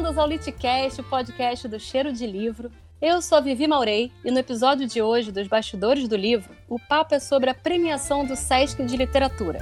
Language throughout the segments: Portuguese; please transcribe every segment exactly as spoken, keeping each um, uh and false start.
Bem-vindos ao Litcast, o podcast do Cheiro de Livro. Eu sou a Vivi Maurei e no episódio de hoje dos Bastidores do Livro, o papo é sobre a premiação do Sesc de Literatura.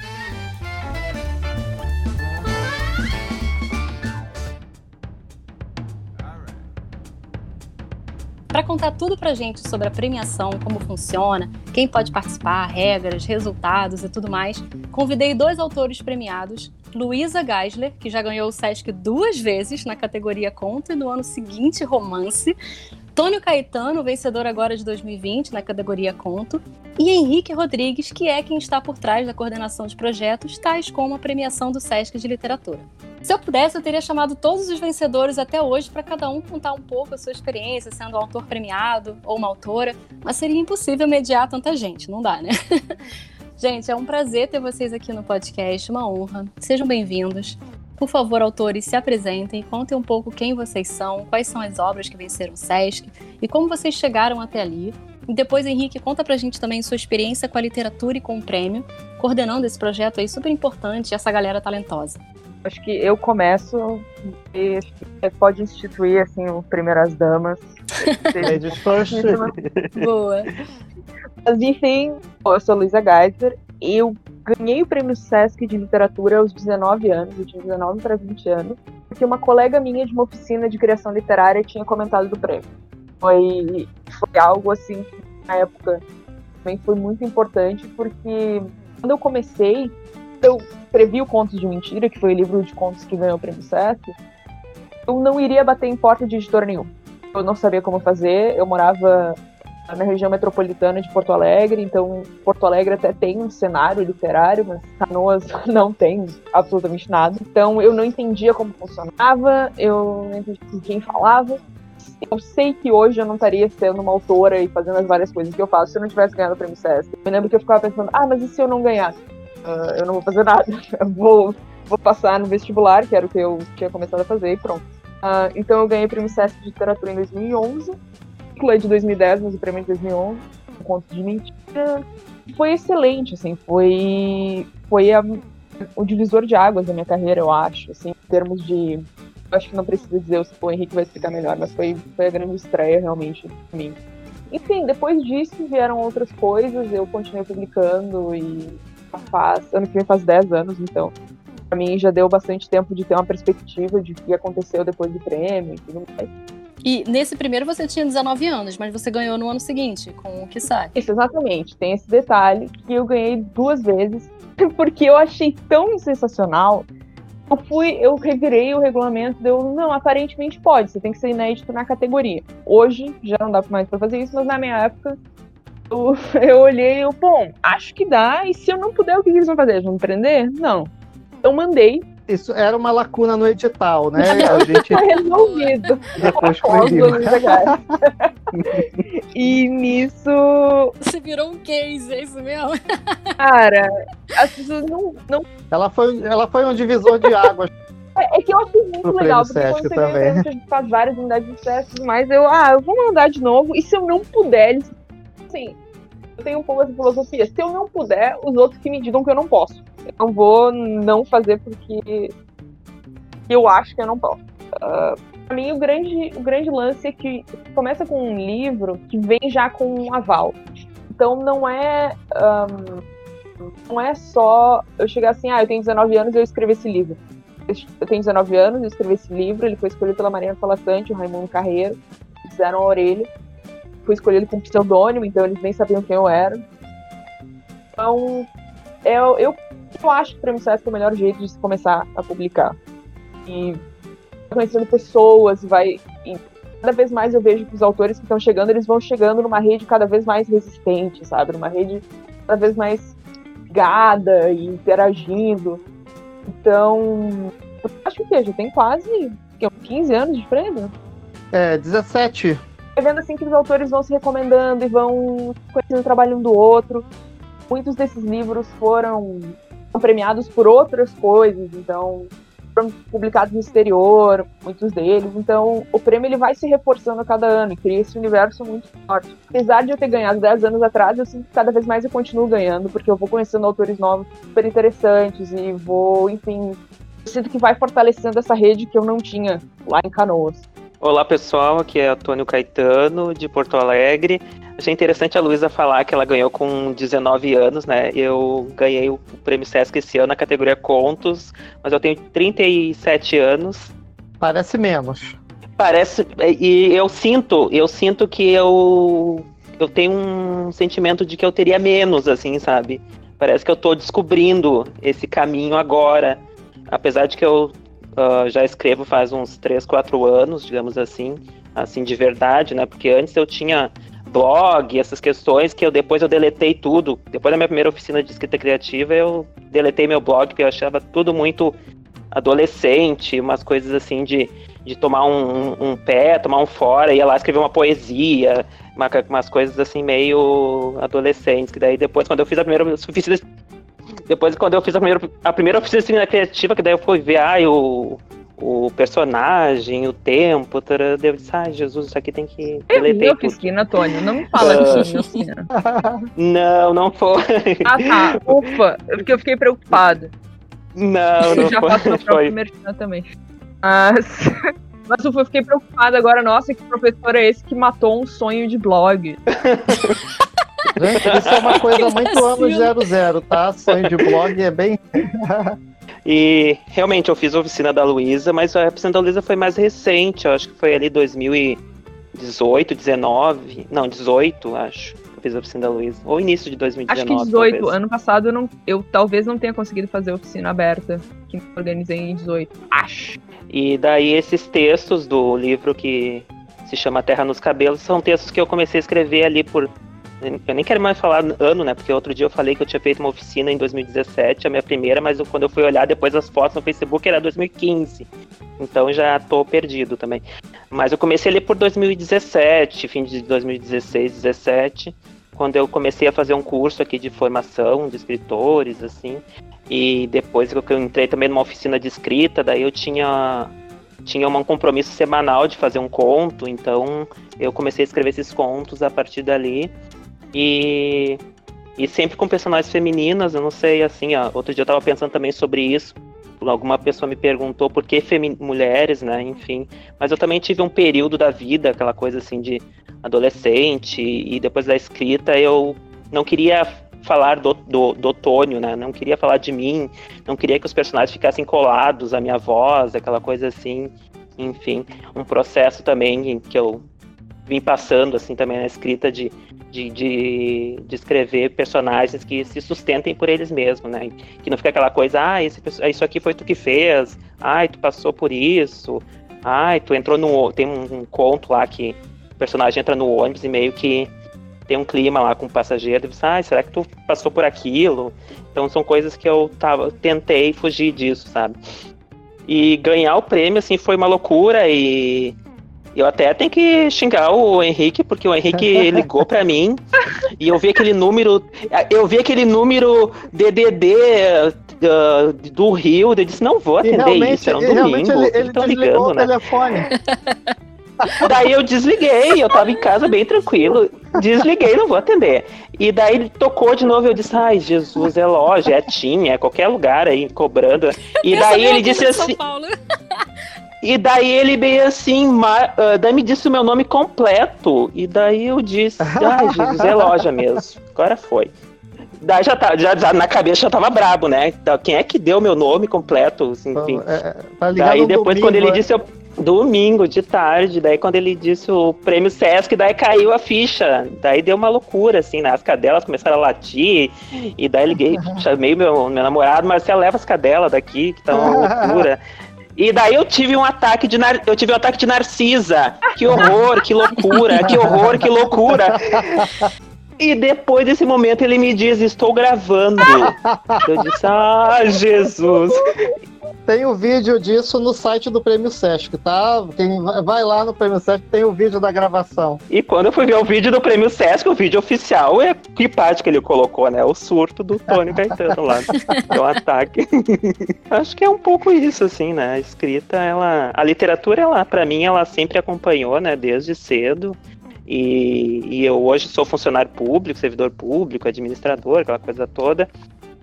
Para contar tudo pra gente sobre a premiação, como funciona, quem pode participar, regras, resultados e tudo mais, convidei dois autores premiados, Luísa Geisler, que já ganhou o Sesc duas vezes na categoria Conto e no ano seguinte Romance, Tônio Caetano, vencedor agora de dois mil e vinte na categoria Conto, e Henrique Rodrigues, que é quem está por trás da coordenação de projetos, tais como a premiação do Sesc de Literatura. Se eu pudesse, eu teria chamado todos os vencedores até hoje para cada um contar um pouco a sua experiência sendo um autor premiado ou uma autora, mas seria impossível mediar tanta gente, não dá, né? Gente, é um prazer ter vocês aqui no podcast, uma honra. Sejam bem-vindos. Por favor, autores, se apresentem, contem um pouco quem vocês são, quais são as obras que venceram o Sesc e como vocês chegaram até ali. E depois, Henrique, conta pra gente também sua experiência com a literatura e com o prêmio, coordenando esse projeto aí super importante e essa galera talentosa. Acho que eu começo e pode instituir assim o Primeiras Damas. Boa. Mas enfim, eu sou a Luísa Geisler. Eu ganhei o prêmio Sesc de Literatura aos dezenove anos, eu tinha dezenove para vinte anos, porque uma colega minha de uma oficina de criação literária tinha comentado do prêmio. Foi, foi algo assim que na época também foi muito importante, porque quando eu comecei, eu escrevi o Contos de Mentira, que foi o livro de contos que ganhou o prêmio Sesc, eu não iria bater em porta de editora nenhuma. Eu não sabia como fazer, eu morava na região metropolitana de Porto Alegre, então Porto Alegre até tem um cenário literário, mas Canoas não tem absolutamente nada. Então eu não entendia como funcionava, eu não entendia com quem falava. Eu sei que hoje eu não estaria sendo uma autora e fazendo as várias coisas que eu faço se eu não tivesse ganhado o prêmio Sesc. Eu me lembro que eu ficava pensando, ah, mas e se eu não ganhar? Uh, eu não vou fazer nada, eu vou, vou passar no vestibular, que era o que eu tinha começado a fazer, e pronto. Uh, então eu ganhei o prêmio Sesc de Literatura em dois mil e onze, é de dois mil e dez, mas o prêmio é de dois mil e onze, um Conto de Mentira. Foi excelente, assim, foi, foi a, o divisor de águas da minha carreira, eu acho, assim, em termos de... Eu acho que não precisa dizer, o Henrique vai explicar melhor, mas foi, foi a grande estreia, realmente, pra mim. Enfim, depois disso vieram outras coisas, eu continuei publicando e faz, ano que vem faz dez anos, então pra mim já deu bastante tempo de ter uma perspectiva de o que aconteceu depois do prêmio e tudo mais. E nesse primeiro você tinha dezenove anos, mas você ganhou no ano seguinte, com o que sai. Isso, exatamente. Tem esse detalhe que eu ganhei duas vezes, porque eu achei tão sensacional. Eu fui, eu revirei o regulamento, deu, não, aparentemente pode, você tem que ser inédito na categoria. Hoje já não dá mais pra fazer isso, mas na minha época eu, eu olhei e eu, bom, acho que dá, e se eu não puder, o que eles vão fazer? Eles vão me prender? Não. Eu mandei. Isso era uma lacuna no edital, né? A gente... Tá resolvido. Depois proibiu. E nisso... Você virou um case, é isso mesmo? Cara, as pessoas não... não... Ela, foi, ela foi um divisor de águas. É, é que eu achei muito Pro legal, porque Sesc quando você também. ganha, você faz várias unidades de Sesc, mas eu, ah, eu vou mandar de novo, e se eu não puder, eles... Assim, eu tenho um pouco essa filosofia, se eu não puder, os outros que me digam que eu não posso. Eu não vou não fazer porque eu acho que eu não posso. Uh, pra mim, o grande, o grande lance é que começa com um livro que vem já com um aval. Então, não é, um, não é só eu chegar assim, ah, eu tenho dezenove anos e eu escrevi esse livro. Eu tenho dezenove anos, eu escrevi esse livro, ele foi escolhido pela Marina Colasanti, o Raimundo Carreiro, fizeram a orelha. Foi escolhido com pseudônimo, então eles nem sabiam quem eu era. Então, eu, eu, eu acho que o Prêmio Sesc é o melhor jeito de se começar a publicar. E conhecendo pessoas, vai... E cada vez mais eu vejo que os autores que estão chegando, eles vão chegando numa rede cada vez mais resistente, sabe? Numa rede cada vez mais ligada e interagindo. Então, eu acho que já tem quase que, quinze anos de prêmio. É, dezessete. Vai vendo assim que os autores vão se recomendando e vão conhecendo o trabalho um do outro. Muitos desses livros foram premiados por outras coisas, então foram publicados no exterior, muitos deles. Então o prêmio ele vai se reforçando a cada ano e cria esse universo muito forte. Apesar de eu ter ganhado dez anos atrás, eu sinto que cada vez mais eu continuo ganhando, porque eu vou conhecendo autores novos super interessantes e vou, enfim, eu sinto que vai fortalecendo essa rede que eu não tinha lá em Canoas. Olá pessoal, aqui é Antônio Caetano, de Porto Alegre. Achei interessante a Luísa falar que ela ganhou com dezenove anos, né? Eu ganhei o Prêmio Sesc esse ano na categoria Contos, mas eu tenho trinta e sete anos. Parece menos. Parece, e eu sinto, eu sinto que eu, eu tenho um sentimento de que eu teria menos, assim, sabe? Parece que eu tô descobrindo esse caminho agora, apesar de que eu uh, já escrevo faz uns três, quatro anos, digamos assim, assim, de verdade, né? Porque antes eu tinha blog, essas questões que eu depois eu deletei tudo. Depois da minha primeira oficina de escrita criativa, eu deletei meu blog, porque eu achava tudo muito adolescente, umas coisas assim de, de tomar um, um pé, tomar um fora, ia lá escrever uma poesia, uma, umas coisas assim meio adolescentes, que daí depois quando eu fiz a primeira oficina, depois quando eu fiz a primeira, a primeira oficina criativa, que daí eu fui ver, ah, o, o personagem, o tempo, tará, eu disse, ai, Jesus, isso aqui tem que deletei tudo. Oficina, Tônio, não me fala uh... de oficina. Não, não foi. Ah, tá, ufa, porque eu fiquei preocupada. Não, não já foi. Já faço meu próprio merchan também. Mas, mas eu fiquei preocupada agora. Nossa, que professor é esse que matou um sonho de blog? Gente, isso é uma coisa muito anos zero zero, tá? Sonho de blog é bem... E realmente eu fiz a oficina da Luísa, mas a oficina da Luísa foi mais recente. Eu acho que foi ali dois mil e dezoito, dezenove... Não, dezoito, acho. Fiz a oficina da Luísa, ou início de dois mil e dezenove. Acho que dezoito, talvez. Ano passado eu, não, eu talvez não tenha conseguido fazer a oficina aberta, que eu organizei em dezoito, acho. E daí esses textos do livro que se chama Terra nos Cabelos são textos que eu comecei a escrever ali por... Eu nem quero mais falar ano, né, porque outro dia eu falei que eu tinha feito uma oficina em dois mil e dezessete, a minha primeira, mas eu, quando eu fui olhar depois as fotos no Facebook era dois mil e quinze, então já tô perdido também. Mas eu comecei ali por dois mil e dezessete, fim de dois mil e dezesseis, dezessete, quando eu comecei a fazer um curso aqui de formação de escritores, assim, e depois que eu entrei também numa oficina de escrita, daí eu tinha, tinha um compromisso semanal de fazer um conto, então eu comecei a escrever esses contos a partir dali, e, e sempre com personagens femininas, eu não sei, assim, ó, outro dia eu tava pensando também sobre isso, alguma pessoa me perguntou por que femi- mulheres, né, enfim, mas eu também tive um período da vida, aquela coisa assim de adolescente, e depois da escrita eu não queria falar do, do, do Tônio, né, não queria falar de mim, não queria que os personagens ficassem colados à minha voz, aquela coisa assim, enfim, um processo também que eu vim passando assim também na escrita de De, de, de escrever personagens que se sustentem por eles mesmos, né? Que não fica aquela coisa, ah, esse, isso aqui foi tu que fez, ai, tu passou por isso, ai, tu entrou no... Tem um, um conto lá que o personagem entra no ônibus e meio que tem um clima lá com o passageiro, e diz, ai, será que tu passou por aquilo? Então são coisas que eu tava, tentei fugir disso, sabe? E ganhar o prêmio, assim, foi uma loucura e... Eu até tenho que xingar o Henrique, porque o Henrique ligou pra mim e eu vi aquele número, eu vi aquele número D D D uh, do Rio, eu disse, não vou atender isso, era um domingo, ele, ele estão ligando, ligando, né? Telefone. Daí eu desliguei, eu tava em casa bem tranquilo, desliguei, não vou atender. E daí ele tocou de novo, eu disse, ai, Jesus, é loja, é tinha, é qualquer lugar aí, cobrando. E daí ele disse assim... E daí ele veio assim, ma- uh, daí me disse o meu nome completo. E daí eu disse, ai, Jesus, é loja mesmo. Agora foi. Daí já, tá, já, já na cabeça já tava brabo, né? Então, quem é que deu meu nome completo? Enfim. É, tá daí depois, domingo, quando ele é? disse, eu, domingo, de tarde, daí quando ele disse o prêmio Sesc, daí caiu a ficha. Daí deu uma loucura, assim, né? As cadelas começaram a latir. E daí liguei, chamei meu, meu namorado, Marcelo, leva as cadelas daqui, que tá uma loucura. E daí eu tive um ataque de nar... eu tive um ataque de Narcisa. Que horror, que loucura, que horror, que loucura. E depois desse momento ele me diz, estou gravando. Eu disse, ah, Jesus. Tem o vídeo disso no site do Prêmio Sesc, tá? Quem vai lá no Prêmio Sesc tem o vídeo da gravação. E quando eu fui ver o vídeo do Prêmio Sesc, o vídeo oficial, é que parte que ele colocou, né? O surto do Tônio Caetano lá. É um ataque. Acho que é um pouco isso, assim, né? A escrita, ela... A literatura, ela, pra mim, ela sempre acompanhou, né? Desde cedo. E, e eu hoje sou funcionário público, servidor público, administrador, aquela coisa toda.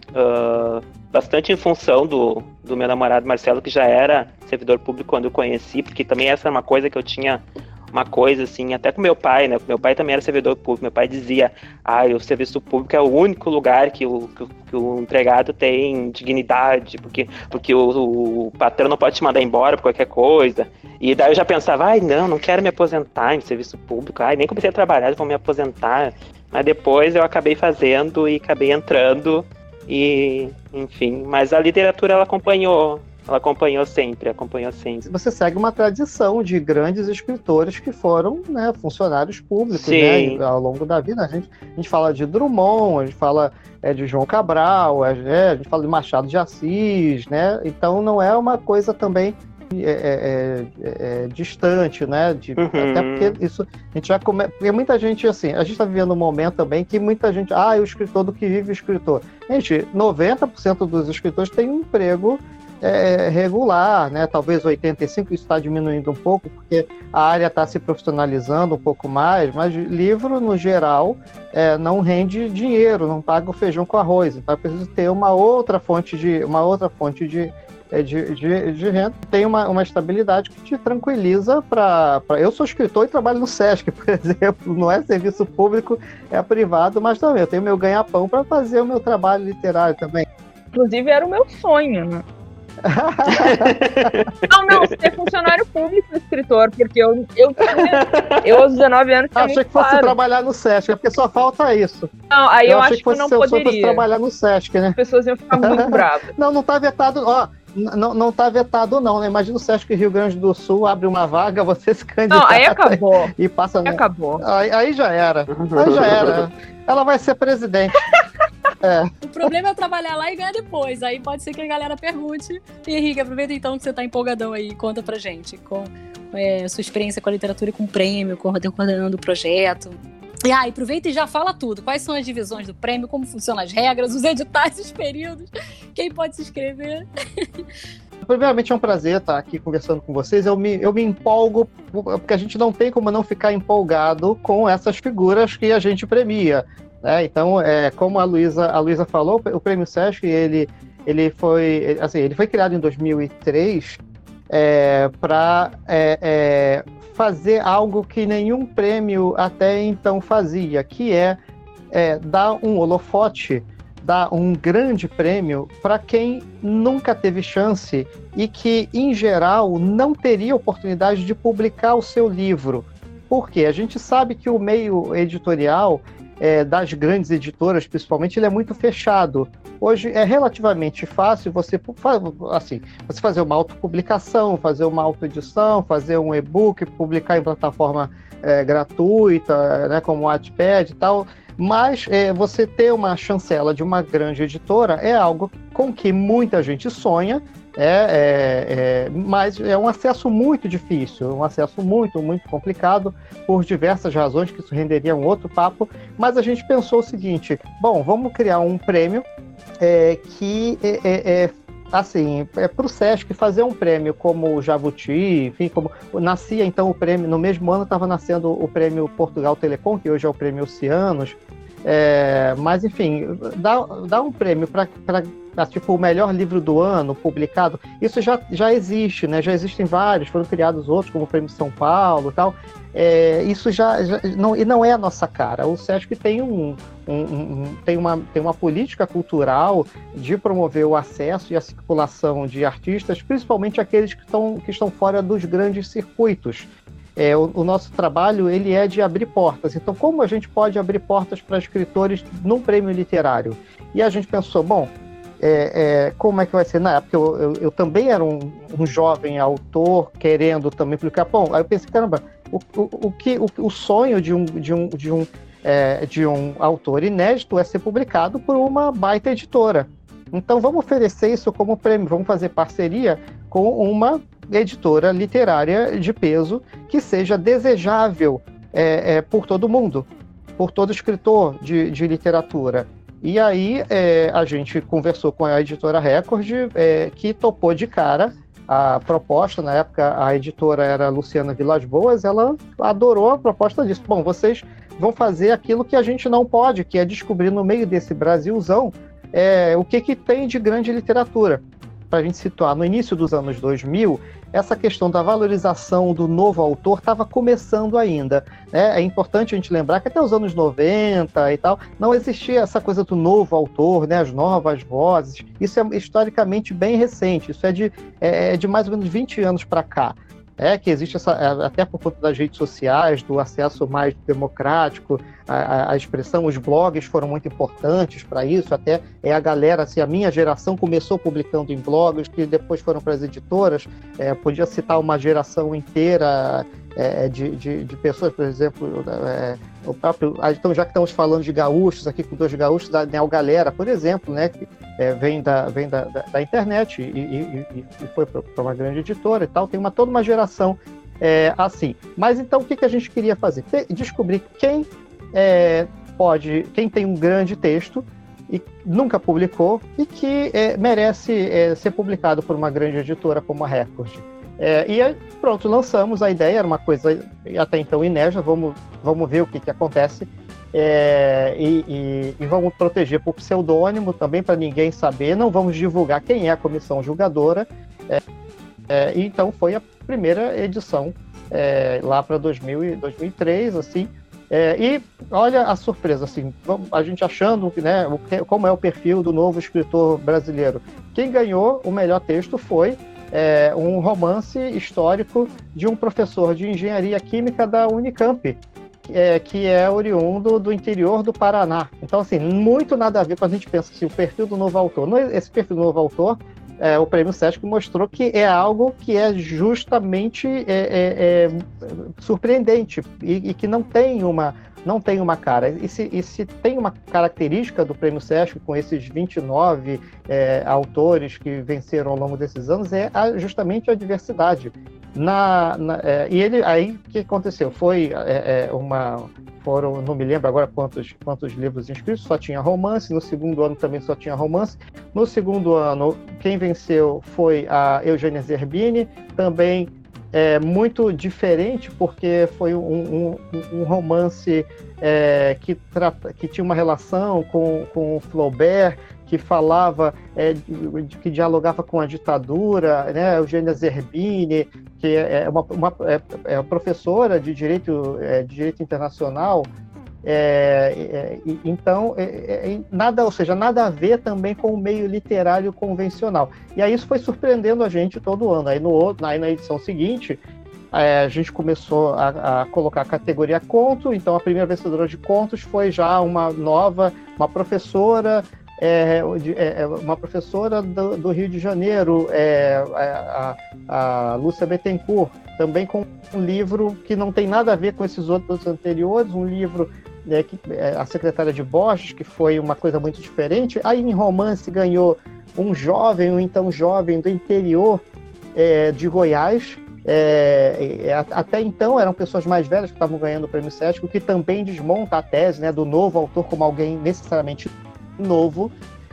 uh, bastante em função do, do meu namorado Marcelo, que já era servidor público quando eu conheci, porque também essa é uma coisa que eu tinha uma coisa assim, até com meu pai, né? Meu pai também era servidor público. Meu pai dizia, ah, o serviço público é o único lugar que o, que, que o empregado tem dignidade, porque, porque o, o patrão não pode te mandar embora por qualquer coisa. E daí eu já pensava, ai, não, não quero me aposentar em serviço público, ai, nem comecei a trabalhar, vou me aposentar. Mas depois eu acabei fazendo e acabei entrando e, enfim. Mas a literatura, ela acompanhou. Ela acompanhou sempre, acompanhou sempre. Você segue uma tradição de grandes escritores que foram, né, funcionários públicos, né, ao longo da vida. A gente, a gente fala de Drummond, a gente fala é, de João Cabral, é, a gente fala de Machado de Assis, né? Então não é uma coisa também é, é, é, é, distante, né? De, uhum. Até porque isso a gente já come... Porque muita gente, assim, a gente está vivendo um momento também que muita gente, ah, é o escritor do que vive o escritor. Gente, noventa por cento dos escritores têm um emprego É, regular, né? Talvez oitenta e cinco por cento, isso está diminuindo um pouco, porque a área está se profissionalizando um pouco mais, mas livro, no geral, é, não rende dinheiro, não paga o feijão com arroz, então é preciso ter uma outra fonte de, uma outra fonte de, de, de, de renda. Tem uma, uma estabilidade que te tranquiliza para... Eu sou escritor e trabalho no Sesc, por exemplo, não é serviço público, é privado, mas também eu tenho meu ganha-pão para fazer o meu trabalho literário também. Inclusive era o meu sonho, né? Não, não, ser funcionário público escritor, porque eu, eu, eu aos dezenove anos tinha achei que fosse claro. Trabalhar no Sesc, porque só falta isso. Não, aí eu, eu acho que, que eu não poderia. Fosse trabalhar no Sesc, né? As pessoas iam ficar muito bravas. Não, não tá vetado, ó, não, não tá vetado não, né? Imagina o Sesc Rio Grande do Sul, abre uma vaga, você se candidata. Não, aí acabou. E passa... Aí acabou. Aí, aí já era, aí já era. Ela vai ser presidente. É. O problema é trabalhar lá e ganhar depois. Aí pode ser que a galera pergunte. E Henrique, aproveita então que você tá empolgadão aí, conta pra gente com é, sua experiência com a literatura e com o prêmio, coordenando o projeto. E aí, ah, aproveita e já fala tudo. Quais são as divisões do prêmio, como funcionam as regras, os editais, os períodos, quem pode se inscrever. Primeiramente é um prazer estar aqui conversando com vocês. Eu me, eu me empolgo, porque a gente não tem como não ficar empolgado com essas figuras que a gente premia. É, então, é, como a Luísa a Luísa falou, o Prêmio Sesc ele, ele, foi, assim, ele foi criado em dois mil e três é, para é, é, fazer algo que nenhum prêmio até então fazia, que é, é dar um holofote, dar um grande prêmio para quem nunca teve chance e que, em geral, não teria oportunidade de publicar o seu livro. Por quê? A gente sabe que o meio editorial É, das grandes editoras, principalmente, ele é muito fechado. Hoje é relativamente fácil você, assim, você fazer uma autopublicação, fazer uma autoedição, fazer um e-book, publicar em plataforma é, gratuita, né, como o Wattpad e tal, mas é, você ter uma chancela de uma grande editora é algo com que muita gente sonha, É, é, é, mas é um acesso muito difícil, um acesso muito, muito complicado, por diversas razões, que isso renderia um outro papo, mas a gente pensou o seguinte, bom, vamos criar um prêmio é, que, é, é, é, assim, é para o Sesc fazer um prêmio como o Jabuti, enfim, como nascia então o prêmio, no mesmo ano estava nascendo o prêmio Portugal Telecom, que hoje é o prêmio Oceanos, é, mas enfim, dá, dá um prêmio para tipo, o melhor livro do ano publicado, isso já, já existe, né? Já existem vários, foram criados outros, como o Prêmio São Paulo e tal. É, isso já, já não, e não é a nossa cara. O Sesc tem, um, um, um, tem, uma, tem uma política cultural de promover o acesso e a circulação de artistas, principalmente aqueles que estão, que estão fora dos grandes circuitos. É, o, o nosso trabalho ele é de abrir portas. Então, como a gente pode abrir portas para escritores num prêmio literário? E a gente pensou, bom, É, é, como é que vai ser? Na época eu, eu, eu também era um, um jovem autor querendo também publicar. Bom, aí eu pensei, caramba, o, o, o, que, o, o sonho de um, de, um, de, um, é, de um autor inédito é ser publicado por uma baita editora. Então vamos oferecer isso como prêmio, vamos fazer parceria com uma editora literária de peso que seja desejável é, é, por todo mundo, por todo escritor de, de literatura. E aí é, a gente conversou com a editora Record, é, que topou de cara a proposta. Na época a editora era a Luciana Vilas Boas, ela adorou a proposta disso. Bom, vocês vão fazer aquilo que a gente não pode, que é descobrir no meio desse Brasilzão é, o que, que tem de grande literatura. Para a gente situar, no início dos anos dois mil, essa questão da valorização do novo autor estava começando ainda, né? É importante a gente lembrar que até os anos noventa e tal, não existia essa coisa do novo autor, né? As novas vozes. Isso é historicamente bem recente, isso é de, é, é de mais ou menos vinte anos para cá. É que existe essa, até por conta das redes sociais, do acesso mais democrático, a, a expressão, os blogs foram muito importantes para isso, até é a galera, assim, a minha geração começou publicando em blogs, que depois foram para as editoras, é, podia citar uma geração inteira é, de, de, de pessoas, por exemplo, é, o próprio, então já que estamos falando de gaúchos, aqui com dois gaúchos, da Neo Galera, por exemplo, né, que é, vem, da, vem da, da, da internet e, e, e, e foi para uma grande editora e tal, tem uma, toda uma geração é, assim. Mas então o que, que a gente queria fazer? Descobrir quem é, pode, quem tem um grande texto e nunca publicou e que é, merece é, ser publicado por uma grande editora como a Record. É, e aí, pronto, lançamos a ideia, era uma coisa até então inédita, vamos, vamos ver o que, que acontece. É, e, e, e vamos proteger por pseudônimo também, para ninguém saber, não vamos divulgar quem é a comissão julgadora. É, é, e então foi a primeira edição é, lá para dois mil e três, assim. É, e olha a surpresa, assim, a gente achando, né, como é o perfil do novo escritor brasileiro. Quem ganhou o melhor texto foi é, um romance histórico de um professor de engenharia química da Unicamp, É, que é oriundo do interior do Paraná. Então, assim, muito nada a ver quando a gente pensa assim, o perfil do novo autor. Esse perfil do novo autor, é, o Prêmio Sesc mostrou que é algo que é justamente é, é, é, surpreendente e, e que não tem uma, não tem uma cara. E se, e se tem uma característica do Prêmio Sesc com esses vinte e nove é, autores que venceram ao longo desses anos, é a, justamente a diversidade. Na, na, é, e ele aí o que aconteceu? Foi é, é, uma. Foram, não me lembro agora quantos, quantos livros inscritos, só tinha romance, no segundo ano também só tinha romance. No segundo ano, quem venceu foi a Eugênia Zerbini, também é, muito diferente, porque foi um, um, um romance é, que, trata, que tinha uma relação com, com o Flaubert, que falava, é, que dialogava com a ditadura, né? Eugênia Zerbini, que é uma, uma é, é professora de direito, é, de direito internacional, é, é, então, é, é, nada, ou seja, nada a ver também com o meio literário convencional. E aí isso foi surpreendendo a gente todo ano. Aí, no, aí na edição seguinte, é, a gente começou a, a colocar a categoria conto, então a primeira vencedora de contos foi já uma nova, uma professora, É, é, uma professora do, do Rio de Janeiro, é, a, a Lúcia Bettencourt, também com um livro que não tem nada a ver com esses outros anteriores, um livro é, que, é, A Secretária de Borges, que foi uma coisa muito diferente. Aí em romance ganhou um jovem, um então jovem do interior é, de Goiás. É, é, até então eram pessoas mais velhas que estavam ganhando o Prêmio Sesc, o que também desmonta a tese, né, do novo autor como alguém necessariamente novo,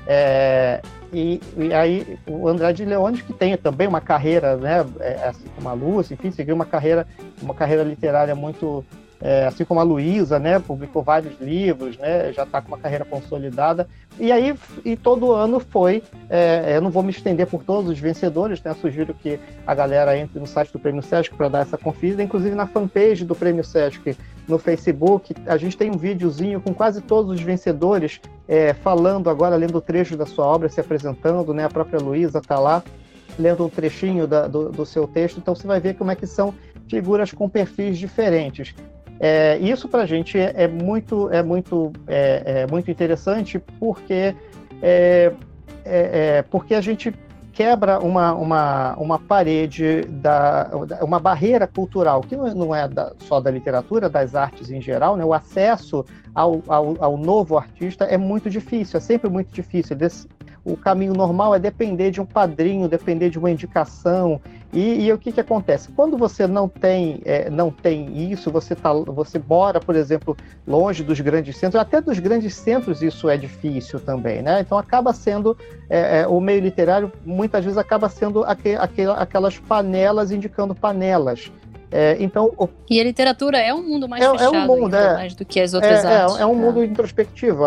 é, e, e aí o Andrade Leones, que tem também uma carreira, né, é, assim como a Lúcia, enfim, seguiu uma carreira, uma carreira literária muito, é, assim como a Luísa, né, publicou vários livros, né, já está com uma carreira consolidada, e aí e todo ano foi, é, eu não vou me estender por todos os vencedores, né, sugiro que a galera entre no site do Prêmio Sesc para dar essa conferida, inclusive na fanpage do Prêmio Sesc no Facebook, a gente tem um videozinho com quase todos os vencedores é, falando agora, lendo o trecho da sua obra, se apresentando, né, a própria Luísa está lá, lendo um trechinho da, do, do seu texto, então você vai ver como é que são figuras com perfis diferentes. É, isso para a gente é, é muito, é muito, é, é muito interessante porque, é, é, é, porque a gente quebra uma, uma, uma parede, da, uma barreira cultural, que não é da, só da literatura, das artes em geral, né? O acesso ao, ao, ao novo artista é muito difícil, é sempre muito difícil. Desse, o caminho normal é depender de um padrinho, depender de uma indicação. E, e o que, que acontece? Quando você não tem, é, não tem isso, você, tá, você mora, por exemplo, longe dos grandes centros, até dos grandes centros isso é difícil também, né? Então acaba sendo, é, é, o meio literário muitas vezes acaba sendo aqu, aqu, aquelas panelas indicando panelas. É, então, o... E a literatura é um mundo mais é, fechado, é um mundo, ainda, é, mais do que as outras é, artes. É, é um mundo é. introspectivo.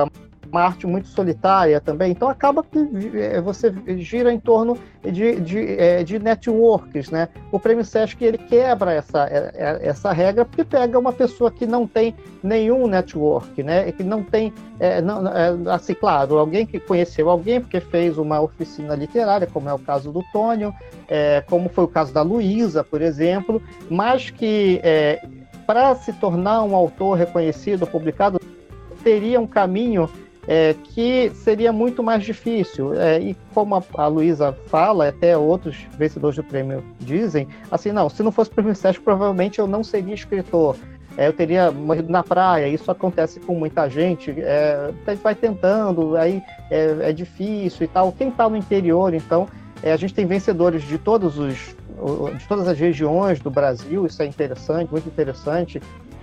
uma arte muito solitária também, então acaba que você gira em torno de, de, de networks, né? O Prêmio Sesc, ele quebra essa, essa regra, porque pega uma pessoa que não tem nenhum network, né? Que não tem, é, não, é, assim, claro, alguém que conheceu alguém porque fez uma oficina literária, como é o caso do Tônio, é, como foi o caso da Luísa, por exemplo, mas que é, para se tornar um autor reconhecido, publicado, teria um caminho É, que seria muito mais difícil. É, e como a, a Luísa fala, até outros vencedores do prêmio dizem, assim, não, se não fosse o Prêmio Sesc, provavelmente eu não seria escritor. É, eu teria morrido na praia. Isso acontece com muita gente. É, vai tentando, aí é, é difícil e tal. Quem está no interior, então, é, a gente tem vencedores de todos os de todas as regiões do Brasil. Isso é interessante, muito interessante.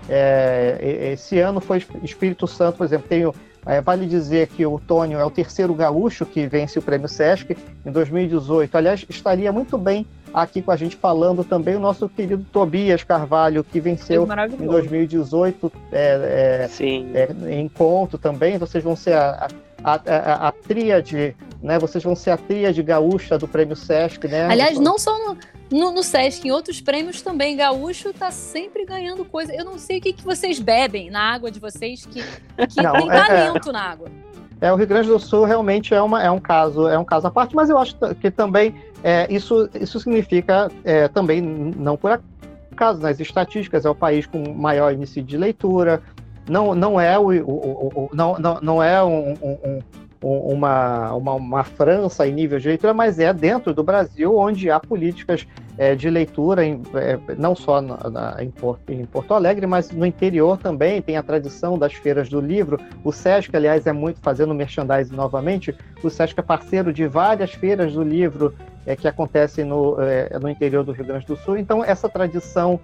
É, esse ano foi Espírito Santo, por exemplo. Tenho É, vale dizer que o Tônio é o terceiro gaúcho que vence o Prêmio Sesc em dois mil e dezoito. Aliás, estaria muito bem aqui com a gente falando também o nosso querido Tobias Carvalho, que venceu em dois mil e dezoito é, é, Sim. É, em conto também. Vocês vão ser a, a, a, a tríade, né? Vocês vão ser a tríade gaúcha do Prêmio Sesc, né? Aliás, não só no, no, no Sesc, em outros prêmios também. Gaúcho tá sempre ganhando coisa. Eu não sei o que, que vocês bebem na água de vocês, que, que não, tem é, talento é, na água. É, o Rio Grande do Sul realmente é, uma, é, um, caso, é um caso à parte, mas eu acho que também é, isso, isso significa é, também, não por acaso, nas estatísticas, é o país com maior índice de leitura, não, não é, o, o, o, o não, não, não é um, um, um, uma, uma, uma França em nível de leitura, mas é dentro do Brasil, onde há políticas é, de leitura, em, é, não só na, na, em, Porto, em Porto Alegre, mas no interior também. Tem a tradição das feiras do livro. O Sesc, aliás, é muito, fazendo merchandising novamente, o Sesc é parceiro de várias feiras do livro é, que acontecem no, é, no interior do Rio Grande do Sul. Então, essa tradição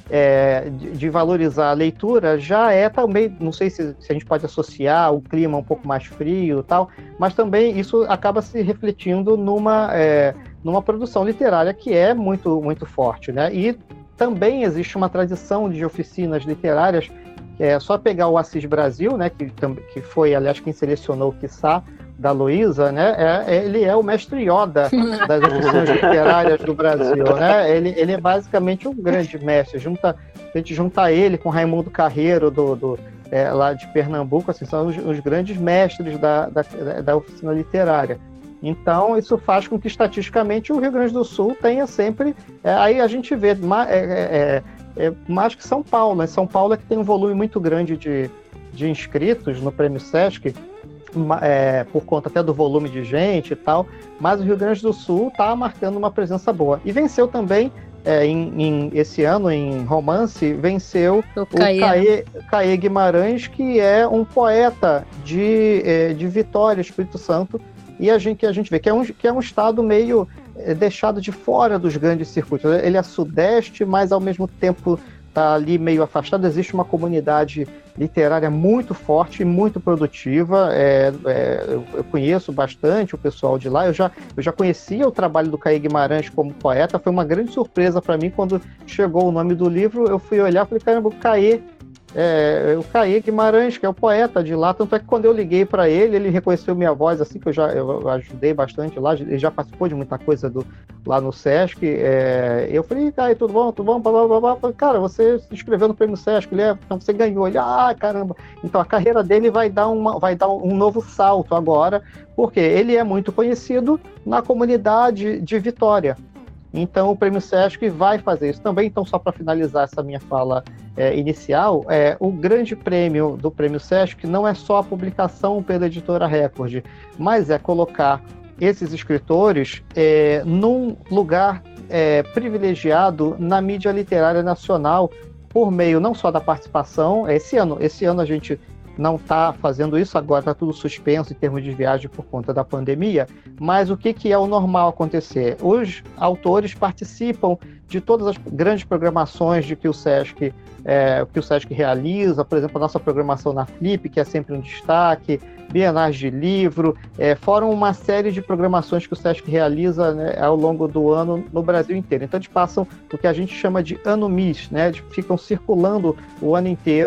É, de, de valorizar a leitura já é também, não sei se, se a gente pode associar o clima um pouco mais frio e tal, mas também isso acaba se refletindo numa, é, numa produção literária que é muito, muito forte, né? E também existe uma tradição de oficinas literárias, que é só pegar o Assis Brasil, né, que, que foi, aliás, quem selecionou o quiçá da Luísa, né? É, ele é o mestre Yoda das oficinas literárias do Brasil, né? Ele, ele é basicamente um grande mestre. Junta, a gente junta ele com Raimundo Carreiro, do, do, é, lá de Pernambuco, assim, são os, os grandes mestres da, da, da oficina literária. Então, isso faz com que, estatisticamente, o Rio Grande do Sul tenha sempre... É, aí a gente vê, é, é, é, mais que São Paulo, né? São Paulo é que tem um volume muito grande de, de inscritos no Prêmio Sesc, É, por conta até do volume de gente e tal, mas o Rio Grande do Sul está marcando uma presença boa. E venceu também, é, em, em, esse ano, em romance, venceu o, o Caê, Caê Guimarães, que é um poeta de, é, de Vitória, Espírito Santo, e a gente, que a gente vê que é um, que é um estado meio é, deixado de fora dos grandes circuitos. Ele é sudeste, mas ao mesmo tempo está ali meio afastado. Existe uma comunidade literária muito forte e muito produtiva. É, é, eu, eu conheço bastante o pessoal de lá. Eu já, eu já conhecia o trabalho do Caê Guimarães como poeta. Foi uma grande surpresa para mim quando chegou o nome do livro. Eu fui olhar e falei, caramba, o Caê, é, o Caê Guimarães, que é o poeta de lá. Tanto é que quando eu liguei para ele, ele reconheceu minha voz, assim, que eu já eu ajudei bastante lá. Ele já participou de muita coisa do, lá no Sesc. É, eu falei, Caê, tudo bom? Tudo bom? Blá, blá, blá, blá. Cara, você se inscreveu no Prêmio Sesc, ele é, então você ganhou. Ele, ah, caramba. Então a carreira dele vai dar, uma, vai dar um novo salto agora, porque ele é muito conhecido na comunidade de Vitória. Então o Prêmio Sesc vai fazer isso também. Então, só para finalizar essa minha fala é, inicial, é, o grande prêmio do Prêmio Sesc não é só a publicação pela editora Record, mas é colocar esses escritores é, num lugar é, privilegiado na mídia literária nacional, por meio não só da participação. Esse ano, esse ano a gente não está fazendo isso, agora está tudo suspenso em termos de viagem por conta da pandemia, mas o que, que é o normal acontecer? Os autores participam de todas as grandes programações de que o Sesc, é, que o Sesc realiza, por exemplo, a nossa programação na Flip, que é sempre um destaque, bienais de livro, é, fora uma série de programações que o Sesc realiza, né, ao longo do ano no Brasil inteiro. Então eles passam o que a gente chama de ano-miss, né? Eles ficam circulando o ano inteiro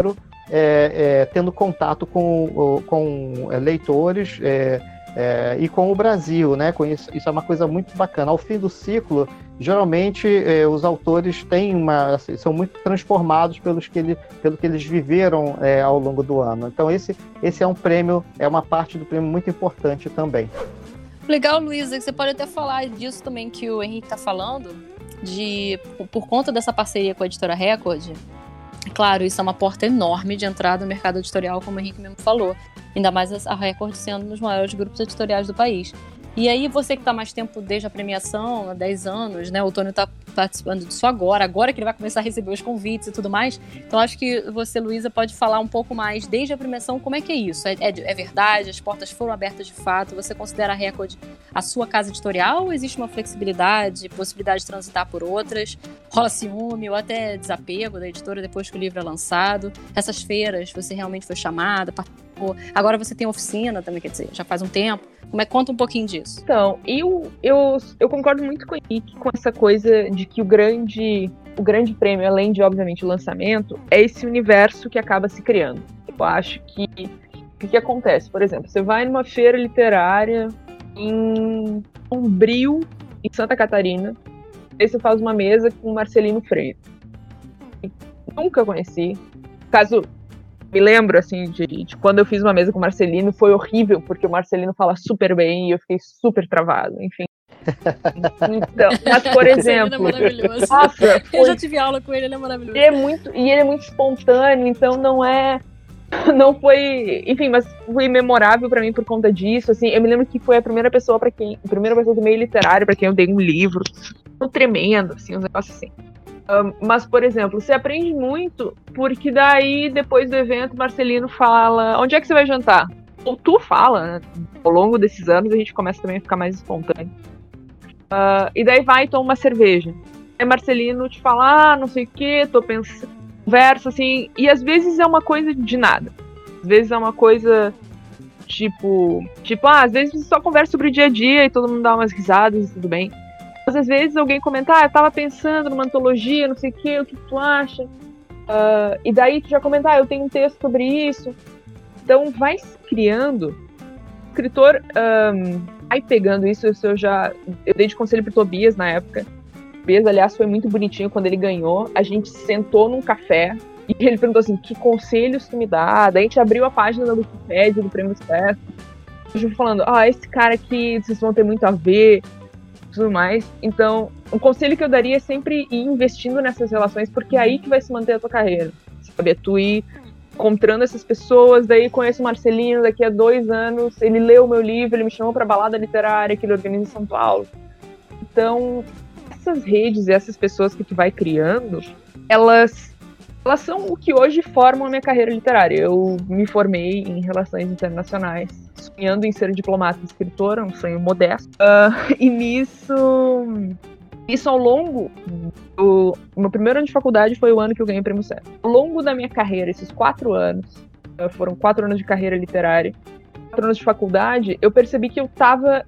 é, é, tendo contato com, com leitores é, é, e com o Brasil, né? Com isso, isso é uma coisa muito bacana. Ao fim do ciclo, geralmente é, os autores têm uma, assim, são muito transformados pelos que ele, pelo que eles viveram é, ao longo do ano. Então esse, esse é um prêmio, é uma parte do prêmio muito importante também. Legal, Luísa, você pode até falar disso também que o Henrique está falando, de por conta dessa parceria com a Editora Record. Claro, isso é uma porta enorme de entrada no mercado editorial, como o Henrique mesmo falou. Ainda mais a Record sendo um dos maiores grupos editoriais do país. E aí, você que está mais tempo desde a premiação, há dez anos, né? O Tônio está participando disso agora, agora que ele vai começar a receber os convites e tudo mais. Então, acho que você, Luísa, pode falar um pouco mais desde a premiação, como é que é isso? É, é, é verdade? As portas foram abertas de fato? Você considera a Record a sua casa editorial ou existe uma flexibilidade, possibilidade de transitar por outras? Rola ciúme ou até desapego da editora depois que o livro é lançado? Essas feiras, você realmente foi chamada, participou? Agora você tem oficina também, quer dizer, já faz um tempo. Como é, conta um pouquinho disso. Então, eu, eu, eu concordo muito com o Henrique com essa coisa de que o grande, o grande prêmio, além de, obviamente, o lançamento, é esse universo que acaba se criando. Eu acho que o que, que acontece? Por exemplo, você vai numa feira literária em Sombrio, em Santa Catarina, aí você faz uma mesa com o Marcelino Freire. Nunca conheci. Caso... Me lembro, assim, de, de quando eu fiz uma mesa com o Marcelino, foi horrível, porque o Marcelino fala super bem e eu fiquei super travado, enfim. Então, mas, por exemplo... Ele é maravilhoso. Nossa, foi... Eu já tive aula com ele, ele é maravilhoso. Ele é muito, e ele é muito espontâneo, então não é... Não foi... Enfim, mas foi memorável pra mim por conta disso, assim. Eu me lembro que foi a primeira pessoa para quem... A primeira pessoa do meio literário pra quem eu dei um livro. Foi tremendo, assim, uns negócios assim. Um, mas, por exemplo, você aprende muito porque daí, depois do evento, Marcelino fala, onde é que você vai jantar? Ou tu fala, né? Ao longo desses anos a gente começa também a ficar mais espontâneo. Uh, e daí vai e toma uma cerveja. Aí Marcelino te fala, ah, não sei o que, tô pensando, conversa assim, e às vezes é uma coisa de nada. Às vezes é uma coisa tipo, tipo, ah, às vezes você só conversa sobre o dia a dia e todo mundo dá umas risadas e tudo bem. Mas às vezes alguém comenta, ah, eu tava pensando numa antologia, não sei o que, o que tu acha? Uh, e daí tu já comenta, ah, eu tenho um texto sobre isso. Então vai se criando. O escritor um, vai pegando isso, isso eu já... Eu dei de conselho pro Tobias na época. O Tobias, aliás, foi muito bonitinho quando ele ganhou. A gente sentou num café e ele perguntou assim, que conselhos tu me dá? Daí a gente abriu a página da Wikipédia do Prêmio César. Eu fui falando, ah, esse cara aqui, vocês vão ter muito a ver... tudo mais. Então, o conselho que eu daria é sempre ir investindo nessas relações, porque é aí que vai se manter a tua carreira. Sabe? É tu ir encontrando essas pessoas, daí conheço o Marcelino, daqui a dois anos, ele leu o meu livro, ele me chamou pra balada literária que ele organiza em São Paulo. Então, essas redes e essas pessoas que tu vai criando, elas, elas são o que hoje formam a minha carreira literária. Eu me formei em Relações Internacionais, sonhando em ser diplomata e escritora, um sonho modesto. Uh, e nisso, isso ao longo do meu primeiro ano de faculdade foi o ano que eu ganhei o Prêmio César. Ao longo da minha carreira, esses quatro anos, uh, foram quatro anos de carreira literária, quatro anos de faculdade, eu percebi que eu estava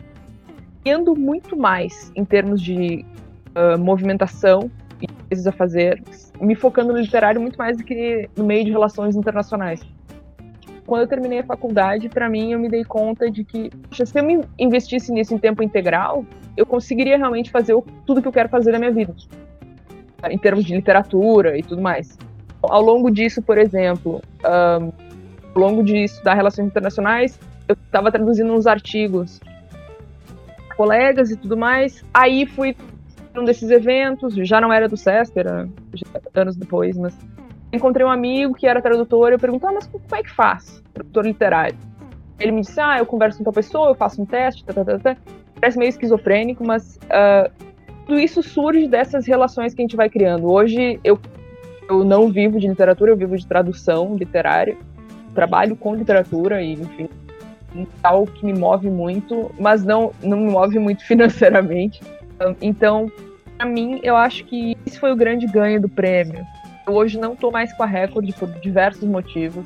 indo muito mais em termos de uh, movimentação e coisas a fazer, me focando no literário muito mais do que no meio de relações internacionais. Quando eu terminei a faculdade, para mim, eu me dei conta de que, poxa, se eu me investisse nisso em tempo integral, eu conseguiria realmente fazer o, tudo que eu quero fazer na minha vida, em termos de literatura e tudo mais. Ao longo disso, por exemplo, um, ao longo de estudar relações internacionais, eu estava traduzindo uns artigos, colegas e tudo mais, aí fui um desses eventos, já não era do Sesc, era anos depois, mas encontrei um amigo que era tradutor, eu perguntei, ah, mas como é que faz? Tradutor literário. Ele me disse, ah, eu converso com tal pessoa, eu faço um teste, tá, tá, tá, tá. Parece meio esquizofrênico, mas uh, tudo isso surge dessas relações que a gente vai criando. Hoje, eu, eu não vivo de literatura, eu vivo de tradução literária, trabalho com literatura e, enfim, é algo que me move muito, mas não, não me move muito financeiramente. Então, pra mim, eu acho que esse foi o grande ganho do prêmio. Eu hoje não tô mais com a Record por diversos motivos.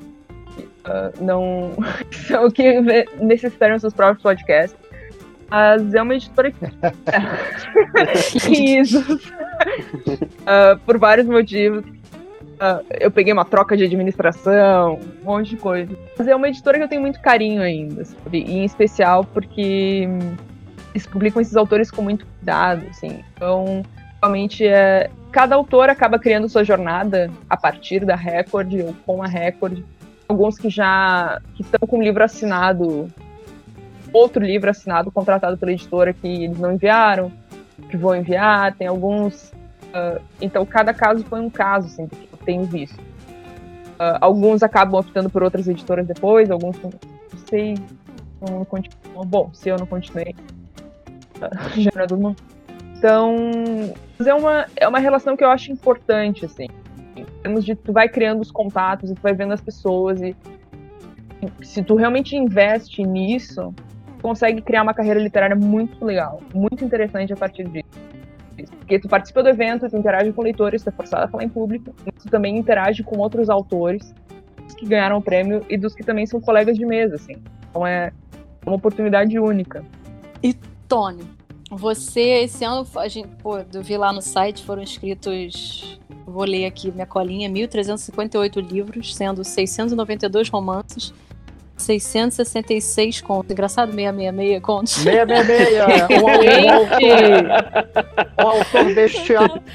Uh, não são que necessitam seus próprios podcasts. Mas é uma editora que... Isso. uh, por vários motivos. eu peguei uma troca de administração, um monte de coisa. Mas é uma editora que eu tenho muito carinho ainda, sabe? E em especial porque eles publicam esses autores com muito cuidado, assim. Então, realmente, é... cada autor acaba criando sua jornada a partir da Record ou com a Record. Alguns que já que estão com o livro assinado, outro livro assinado, contratado pela editora, que eles não enviaram, que vão enviar. Tem alguns... Uh, então, cada caso foi um caso, assim, que eu tenho visto. Uh, alguns acabam optando por outras editoras depois, alguns não sei, não continuam. Bom, se eu não continuei, uh, já não é todo mundo. Então, é uma, é uma relação que eu acho importante, assim, em termos de tu vai criando os contatos e tu vai vendo as pessoas e se tu realmente investe nisso, tu consegue criar uma carreira literária muito legal, muito interessante a partir disso. Porque tu participa do evento, tu interage com leitores, tu é forçado a falar em público, tu também interage com outros autores que ganharam o prêmio e dos que também são colegas de mesa, assim. Então é uma oportunidade única. E, Tony, você, esse ano, a gente, pô, eu vi lá no site, foram inscritos, vou ler aqui minha colinha, mil trezentos e cinquenta e oito livros, sendo seiscentos e noventa e dois romances, seiscentos e sessenta e seis contos. Engraçado, seiscentos e sessenta e seis contos. seiscentos e sessenta e seis. Um autor bestial.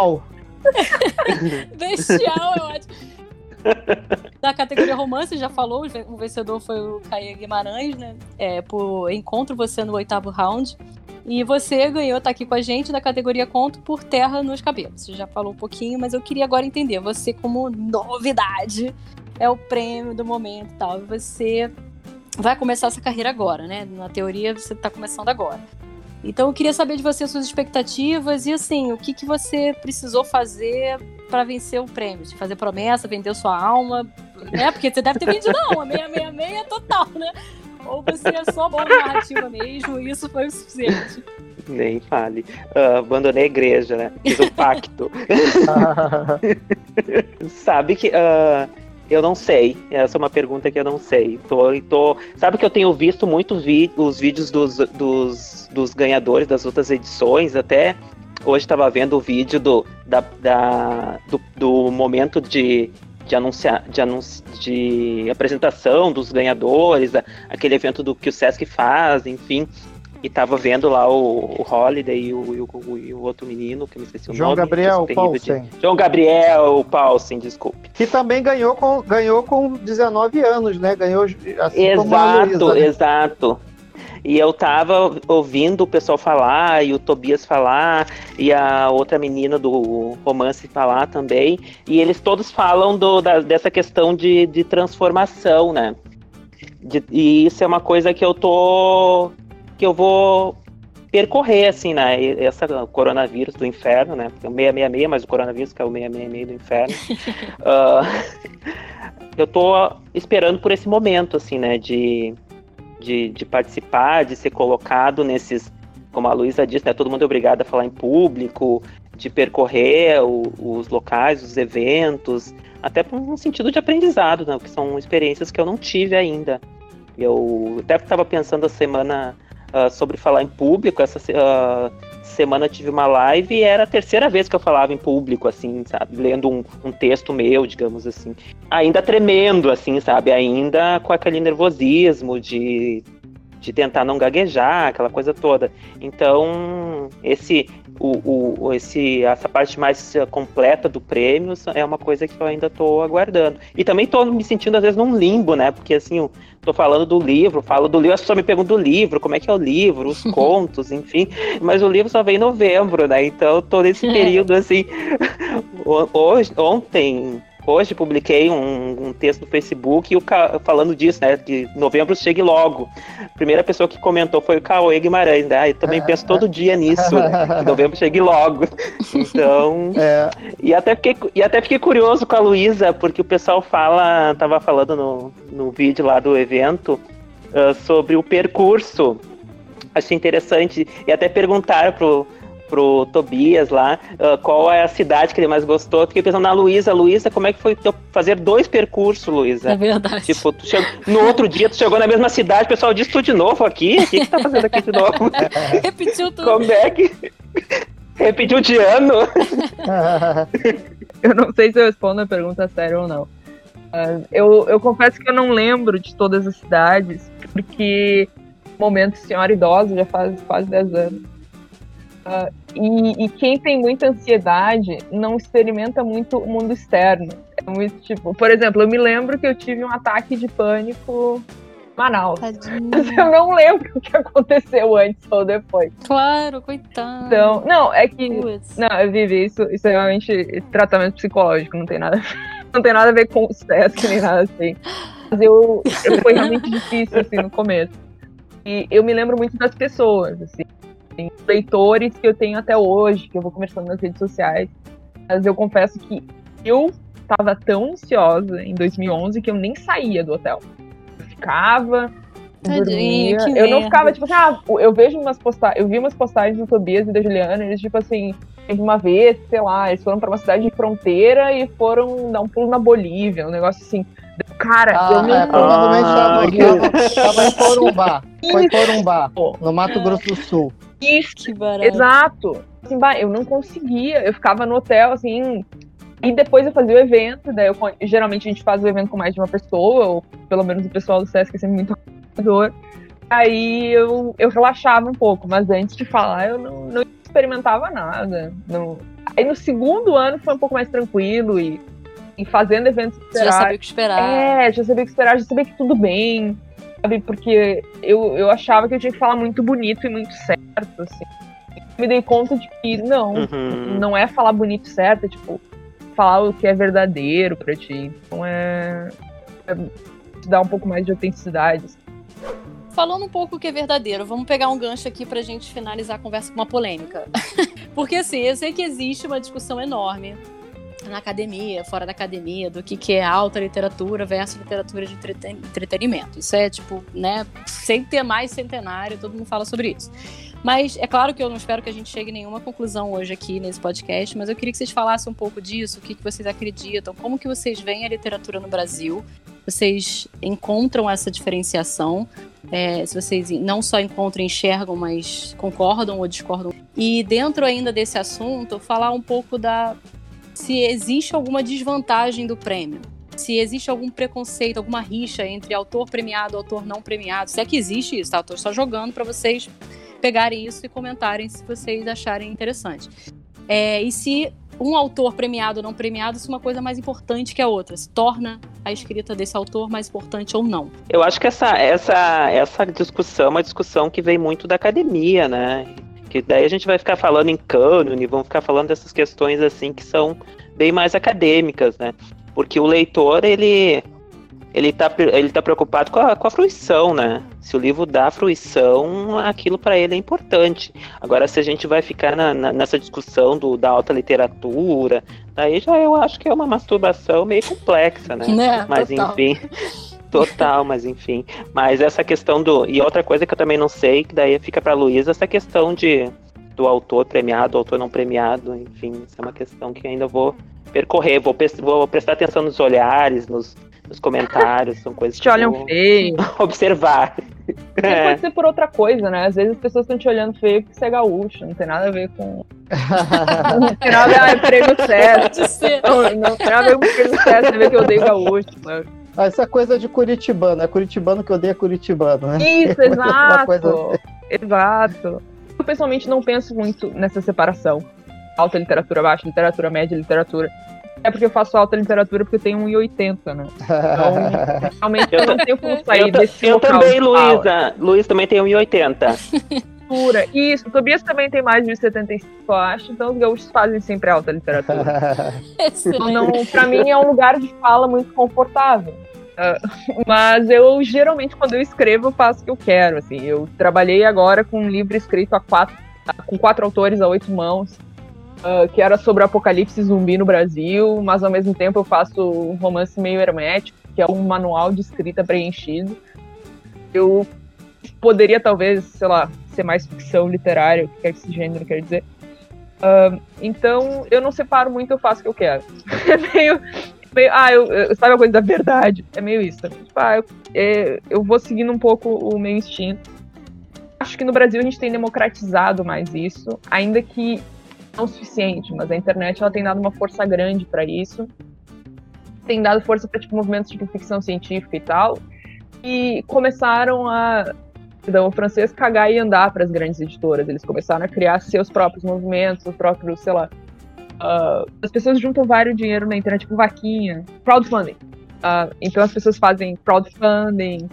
Bestial, é ótimo. Da categoria romance, já falou, o vencedor foi o Caê Guimarães, né? É, por Encontro Você no Oitavo Round. E você ganhou, tá aqui com a gente, da categoria Conto por Terra nos Cabelos. Você já falou um pouquinho, mas eu queria agora entender. Você, como novidade, é o prêmio do momento e tal. E você vai começar essa carreira agora, né? Na teoria, você tá começando agora. Então, eu queria saber de você suas expectativas e, assim, o que, que você precisou fazer para vencer o prêmio? De fazer promessa, vender sua alma, né? Porque você deve ter vendido a alma, seiscentos e sessenta e seis é total, né? Ou você é só bom na narrativa mesmo e isso foi o suficiente? Nem fale. Uh, abandonei a igreja, né? Fiz um pacto. Sabe que... Uh, eu não sei. Essa é uma pergunta que eu não sei. Tô, tô... Sabe que eu tenho visto muito vi... os vídeos dos, dos, dos ganhadores das outras edições. Até hoje estava vendo o vídeo do, da, da, do, do momento de... de anunciar, de, anunci, de apresentação dos ganhadores, a, aquele evento do que o Sesc faz, enfim, e tava vendo lá o, o Holiday e o, e, o, e o outro menino, que eu me esqueci o João nome. Gabriel Paulsen. De... João Gabriel Paulsen, desculpe. Que também ganhou com, ganhou com dezenove anos, né? Ganhou assim exato, como a Luísa, né? Exato. E eu tava ouvindo o pessoal falar, e o Tobias falar, e a outra menina do romance falar também, e eles todos falam do, da, dessa questão de, de transformação, né? De, e isso é uma coisa que eu tô... que eu vou percorrer, assim, né? Essa coronavírus do inferno, né? Porque é o seiscentos e sessenta e seis, mas o coronavírus que é o seiscentos e sessenta e seis do inferno. uh, eu tô esperando por esse momento, assim, né? De... De, de participar, de ser colocado nesses, como a Luísa disse, né, todo mundo é obrigado a falar em público, de percorrer o, os locais, os eventos, até por um sentido de aprendizado, né, que são experiências que eu não tive ainda. Eu até estava pensando a semana uh, sobre falar em público, essa uh, semana tive uma live e era a terceira vez que eu falava em público, assim, sabe, lendo um, um texto meu, digamos assim, ainda tremendo, assim, sabe, ainda com aquele nervosismo de, de tentar não gaguejar, aquela coisa toda. Então, esse, o, o, esse, essa parte mais completa do prêmio é uma coisa que eu ainda estou aguardando. E também estou me sentindo, às vezes, num limbo, né, porque, assim, eu tô falando do livro, falo do livro, as pessoas me perguntam do livro, como é que é o livro, os contos, enfim, mas o livro só vem em novembro, né, então eu tô nesse período, assim, hoje, ontem, hoje publiquei um, um texto no Facebook e o, falando disso, né, que novembro chegue logo. A primeira pessoa que comentou foi o Caê Guimarães, né, eu também penso todo dia nisso, né, que novembro chegue logo. Então, é. e, até fiquei, e até fiquei curioso com a Luísa, porque o pessoal fala, tava falando no, no vídeo lá do evento, uh, sobre o percurso. Achei interessante, e até perguntaram pro pro Tobias lá, uh, qual é a cidade que ele mais gostou. Fiquei pensando na Luísa. Luísa, como é que foi teu fazer dois percursos, Luísa? É verdade. Tipo, tu chegou, no outro dia tu chegou na mesma cidade, o pessoal disse tudo de novo aqui? O que que tu tá fazendo aqui de novo? Repetiu tudo. Como é que... Repetiu de ano? eu não sei se eu respondo a pergunta sério ou não. Uh, eu, eu confesso que eu não lembro de todas as cidades, porque momento senhora idosa já faz quase dez anos. Uh, e, e quem tem muita ansiedade não experimenta muito o mundo externo. É muito tipo, por exemplo, eu me lembro que eu tive um ataque de pânico em Manaus. Tadinha. Mas eu não lembro o que aconteceu antes ou depois. Claro, coitado. Então, não, é que. Puts. Não, Vivi, isso, isso é realmente tratamento psicológico, não tem nada, não tem nada a ver com o Sesc, nem nada assim. Mas eu, eu foi realmente difícil assim no começo. E eu me lembro muito das pessoas, assim. Leitores que eu tenho até hoje, que eu vou conversando nas redes sociais, mas eu confesso que eu estava tão ansiosa em dois mil e onze que eu nem saía do hotel. Eu ficava, Tadinha, dormia. que Eu merda. não ficava tipo assim, ah, eu vejo umas postagens, eu vi umas postagens do Tobias e da Juliana, eles tipo assim, uma vez, sei lá, eles foram para uma cidade de fronteira e foram dar um pulo na Bolívia, um negócio assim. Cara, ah, eu não é, provavelmente ah, estava em Corumbá. Foi Corumbá, no Mato Grosso do Sul. Isso, que barato. Exato. Assim, bah, eu não conseguia, eu ficava no hotel, assim, e depois eu fazia o evento, daí eu, geralmente a gente faz o evento com mais de uma pessoa, ou pelo menos o pessoal do Sesc é sempre muito acolhedor. Aí eu, eu relaxava um pouco, mas antes de falar eu não, não experimentava nada. Não. Aí no segundo ano foi um pouco mais tranquilo e, e fazendo eventos Você já sabia o que esperar. É, já sabia o que esperar, já sabia que tudo bem. Sabe, porque eu, eu achava que eu tinha que falar muito bonito e muito certo, assim. Me dei conta de que não, Uhum. não é falar bonito e certo, é tipo, falar o que é verdadeiro pra ti. Então é, é dar um pouco mais de autenticidade. Falando um pouco o que é verdadeiro, vamos pegar um gancho aqui pra gente finalizar a conversa com uma polêmica. Porque assim, eu sei que existe uma discussão enorme na academia, fora da academia, do que, que é alta literatura versus literatura de entreten- entretenimento. Isso é, tipo, né, sem ter mais centenário, todo mundo fala sobre isso. Mas é claro que eu não espero que a gente chegue a nenhuma conclusão hoje aqui nesse podcast, mas eu queria que vocês falassem um pouco disso, o que, que vocês acreditam, como que vocês veem a literatura no Brasil, vocês encontram essa diferenciação, é, se vocês não só encontram e enxergam, mas concordam ou discordam. E dentro ainda desse assunto, falar um pouco da... se existe alguma desvantagem do prêmio, se existe algum preconceito, alguma rixa entre autor premiado e autor não premiado, se é que existe isso, tá? Eu tô só jogando para vocês pegarem isso e comentarem se vocês acharem interessante. É, e se um autor premiado ou não premiado, se uma coisa é mais importante que a outra, se torna a escrita desse autor mais importante ou não. Eu acho que essa, essa, essa discussão é uma discussão que vem muito da academia, né? Que daí a gente vai ficar falando em cânone, vamos ficar falando dessas questões assim que são bem mais acadêmicas, né? Porque o leitor, ele, ele, tá, ele tá preocupado com a, com a fruição, né? Se o livro dá fruição, aquilo para ele é importante. Agora, se a gente vai ficar na, na, nessa discussão do, da alta literatura, daí já eu acho que é uma masturbação meio complexa, né? né? Mas Total. enfim... Total, mas enfim. Mas essa questão do... E outra coisa que eu também não sei, que daí fica pra Luísa, essa questão de, do autor premiado, autor não premiado, enfim, isso é uma questão que ainda vou percorrer, vou, vou prestar atenção nos olhares, nos, nos comentários, são coisas Te que olham vou feio. observar. É. Pode ser por outra coisa, né? Às vezes as pessoas estão te olhando feio porque você é gaúcho, não tem nada a ver com... não tem nada a ver com ah, é prêmio Sesc. Não, não tem nada a ver com prêmio Sesc, tem a ver que eu odeio gaúcho, né? Ah, essa coisa de curitibano, é curitibano que odeia curitibano, né? Isso, exato, coisa... exato. Eu pessoalmente não penso muito nessa separação. Alta literatura, baixa literatura, média literatura. É porque eu faço alta literatura porque eu tenho um e oitenta, né? Então, realmente eu não tenho como sair eu, desse eu local. Eu também, Luísa. Luiz também tem um e oitenta. Isso, o Tobias também tem mais de um e setenta e cinco, eu acho, então os gaúchos fazem sempre alta literatura. Então, não, pra mim é um lugar de fala muito confortável. Uh, mas eu, geralmente, quando eu escrevo, eu faço o que eu quero, assim. Eu trabalhei agora com um livro escrito a quatro, com quatro autores a oito mãos, uh, que era sobre o apocalipse zumbi no Brasil, mas ao mesmo tempo eu faço um romance meio hermético, que é um manual de escrita preenchido. Eu poderia, talvez, sei lá, ser mais ficção literária, o que quer que esse gênero quer dizer. Uh, então, eu não separo muito, eu faço o que eu quero. É meio... meio ah, eu, eu, sabe a coisa da verdade? É meio isso. Tipo, ah, eu, é, eu vou seguindo um pouco o meu instinto. Acho que no Brasil a gente tem democratizado mais isso, ainda que não o suficiente, mas a internet ela tem dado uma força grande para isso, tem dado força para tipo, movimentos tipo ficção científica e tal, e começaram a então, o francês cagar e andar para as grandes editoras. Eles começaram a criar seus próprios movimentos, os próprios, sei lá. Uh, as pessoas juntam vários dinheiro na internet, tipo vaquinha, crowdfunding. Uh, então as pessoas fazem crowdfunding,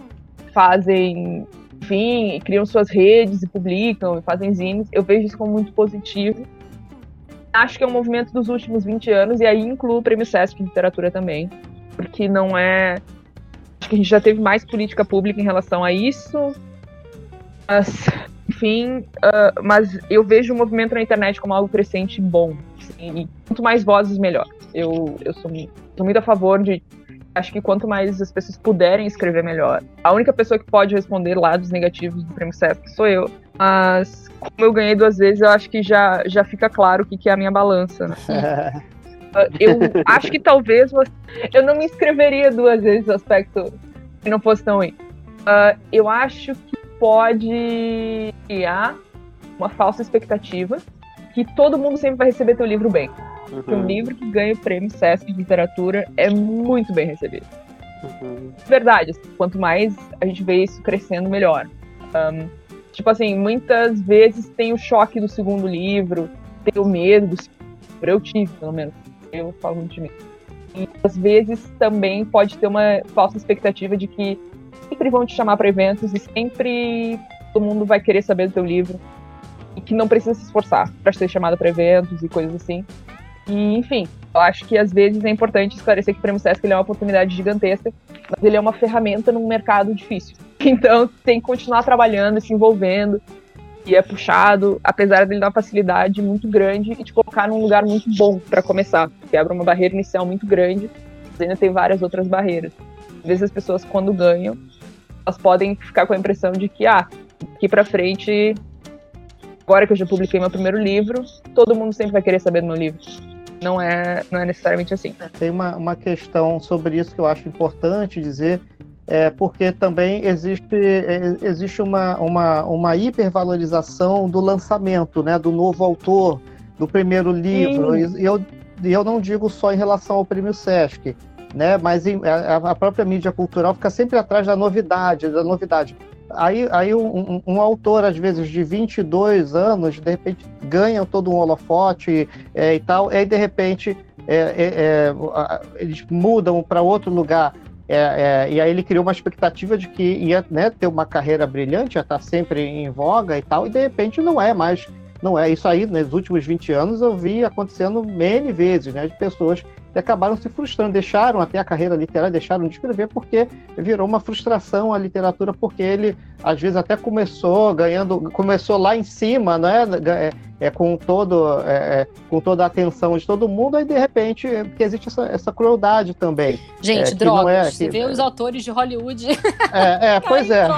fazem, enfim, e criam suas redes e publicam, e fazem zines. Eu vejo isso como muito positivo. Acho que é um movimento dos últimos vinte anos, e aí incluo o Prêmio Sesc de Literatura também, porque não é... Acho que a gente já teve mais política pública em relação a isso. Mas, enfim, uh, mas eu vejo o movimento na internet como algo crescente e bom. Assim, e quanto mais vozes, melhor. Eu, eu sou, sou muito a favor de... Acho que quanto mais as pessoas puderem escrever, melhor. A única pessoa que pode responder lados negativos do Prêmio Sesc sou eu. Mas, como eu ganhei duas vezes, eu acho que já, já fica claro o que, que é a minha balança. Né? uh, eu acho que talvez... Eu não me inscreveria duas vezes no aspecto que não fosse tão ruim. Uh, eu acho que pode criar uma falsa expectativa que todo mundo sempre vai receber teu livro bem. Uhum. Um livro que ganha o Prêmio Sesc de Literatura é muito bem recebido. Uhum. Verdade, assim, quanto mais a gente vê isso crescendo, melhor. Um, tipo assim, muitas vezes tem o choque do segundo livro, tem o medo do segundo livro. Eu tive, pelo menos. Eu falo muito de mim. E às vezes também pode ter uma falsa expectativa de que sempre vão te chamar para eventos e sempre todo mundo vai querer saber do teu livro e que não precisa se esforçar para ser chamado para eventos e coisas assim. E, enfim, eu acho que às vezes é importante esclarecer que o Prêmio Sesc ele é uma oportunidade gigantesca, mas ele é uma ferramenta num mercado difícil. Então tem que continuar trabalhando, se envolvendo, e é puxado, apesar dele dar uma facilidade muito grande e te colocar num lugar muito bom para começar. Quebra uma barreira inicial muito grande, mas ainda tem várias outras barreiras. Às vezes as pessoas, quando ganham, elas podem ficar com a impressão de que, ah, daqui pra frente, agora que eu já publiquei meu primeiro livro, todo mundo sempre vai querer saber do meu livro. Não é, não é necessariamente assim. Tem uma, uma questão sobre isso que eu acho importante dizer, é, porque também existe, é, existe uma, uma, uma hipervalorização do lançamento, né, do novo autor, do primeiro livro. E eu, eu não digo só em relação ao Prêmio Sesc, né, mas em, a, a própria mídia cultural fica sempre atrás da novidade, da novidade. Aí, aí um, um, um autor, às vezes, de vinte e dois anos, de repente, ganha todo um holofote é, e tal, e aí, de repente, é, é, é, eles mudam para outro lugar. É, é, e aí ele criou uma expectativa de que ia, né, ter uma carreira brilhante, ia estar sempre em voga e tal, e de repente não é mais. Não é isso aí, nos últimos vinte anos eu vi acontecendo N vezes, né, de pessoas que acabaram se frustrando, deixaram até a carreira literária, deixaram de escrever porque virou uma frustração a literatura, porque ele às vezes até começou ganhando, começou lá em cima, né, é, é, com, todo, é, com toda a atenção de todo mundo, aí de repente, porque existe essa, essa crueldade também. Gente, é, drogas, é, você que, vê é, os autores de Hollywood... É, é pois é.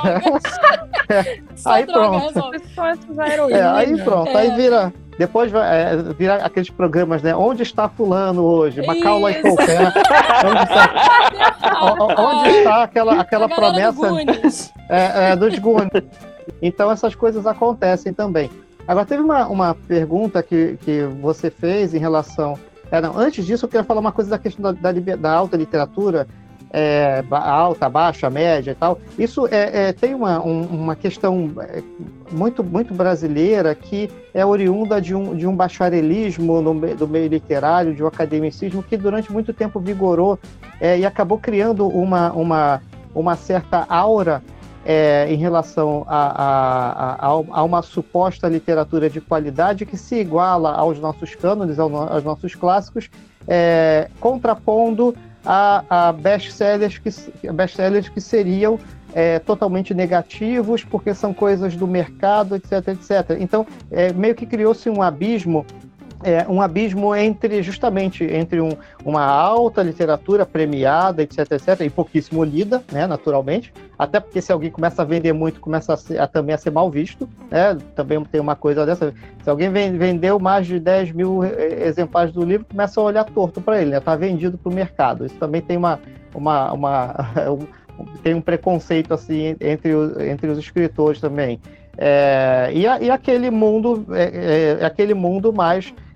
é. Aí pronto. É, aí pronto, é. aí vira... Depois é, vira aqueles programas, né? Onde está fulano hoje? Macaulay Culkin, né? Onde está, onde está aquela, aquela promessa do é, é, dos Goonies? Então essas coisas acontecem também. Agora teve uma, uma pergunta que, que você fez em relação... É, não, antes disso eu queria falar uma coisa da questão da, da, da alta literatura, é, alta, baixa, média e tal. Isso é, é, tem uma, um, uma questão muito, muito brasileira que é oriunda de um, de um bacharelismo no, do meio literário, de um academicismo que durante muito tempo vigorou é, e acabou criando uma, uma, uma certa aura é, em relação a, a, a, a uma suposta literatura de qualidade que se iguala aos nossos cânones, aos nossos clássicos, é, contrapondo a, a best-sellers que, best-sellers que seriam é, totalmente negativos, porque são coisas do mercado, etc, etcétera. Então, é, meio que criou-se um abismo, é, um abismo entre, justamente, entre um, uma alta literatura premiada, etc, etcétera, e pouquíssimo lida, né, naturalmente, até porque se alguém começa a vender muito, começa a, ser, a também a ser mal visto, né, também tem uma coisa dessa, se alguém vendeu mais de dez mil exemplares do livro, começa a olhar torto para ele, né, tá vendido para o mercado, isso também tem uma, uma, uma tem um preconceito assim entre os, entre os escritores também, é, e, a, e aquele mundo, é, é, aquele mundo mais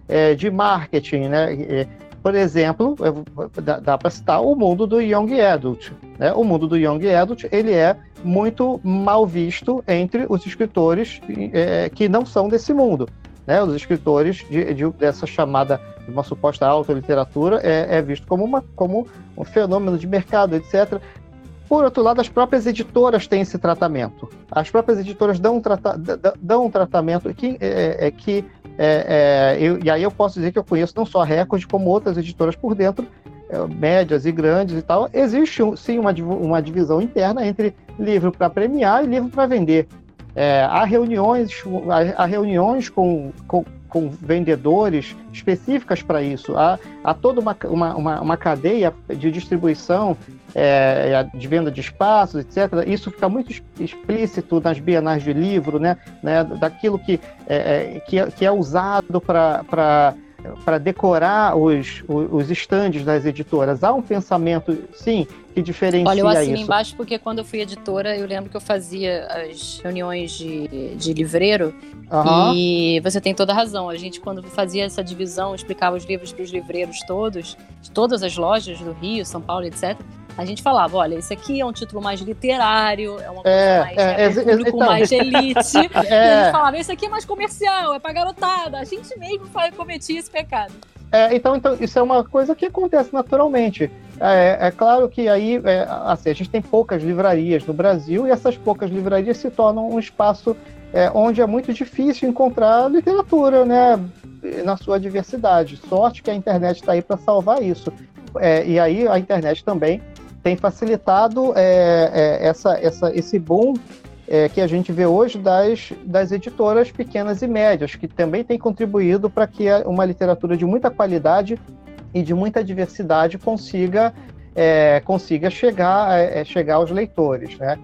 é, de marketing, né? Por exemplo, dá, dá para citar o mundo do Young Adult, né? O mundo do Young Adult, ele é muito mal visto entre os escritores é, que não são desse mundo, né? Os escritores de, de, dessa chamada, uma suposta autoliteratura, é, é visto como, uma, como um fenômeno de mercado, etcétera. Por outro lado, as próprias editoras têm esse tratamento. As próprias editoras dão um, trata, dão um tratamento que... É, é, que é, é, eu, e aí eu posso dizer que eu conheço não só a Record, como outras editoras por dentro, é, médias e grandes e tal. Existe, sim, uma, uma divisão interna entre livro para premiar e livro para vender. É, há reuniões, há, há reuniões com, com, com vendedores específicas para isso. Há, há toda uma, uma, uma, uma cadeia de distribuição, é, de venda de espaços, etcétera. Isso fica muito explícito nas bienais de livro, né? né daquilo que é, que é, que é usado para para decorar os, os estandes das editoras. Há um pensamento, sim, que diferencia isso. Olha, eu assino embaixo porque quando eu fui editora, eu lembro que eu fazia as reuniões de, de livreiro, uhum. E você tem toda a razão. A gente, quando fazia essa divisão, explicava os livros para os livreiros todos, de todas as lojas do Rio, São Paulo, etcétera, a gente falava, olha, esse aqui é um título mais literário, é uma coisa é, mais, é, é, é um público então, mais elite. É. E a gente falava, esse aqui é mais comercial, é pra garotada. A gente mesmo cometia esse pecado. É, então, então, isso é uma coisa que acontece naturalmente. É, é claro que aí, é, assim, a gente tem poucas livrarias no Brasil e essas poucas livrarias se tornam um espaço é, onde é muito difícil encontrar literatura, né, na sua diversidade. Sorte que a internet está aí para salvar isso. É, e aí a internet também tem facilitado é, é, essa, essa, esse boom é, que a gente vê hoje das, das editoras pequenas e médias, que também tem contribuído para que uma literatura de muita qualidade e de muita diversidade consiga, é, consiga chegar, é, chegar aos leitores, né?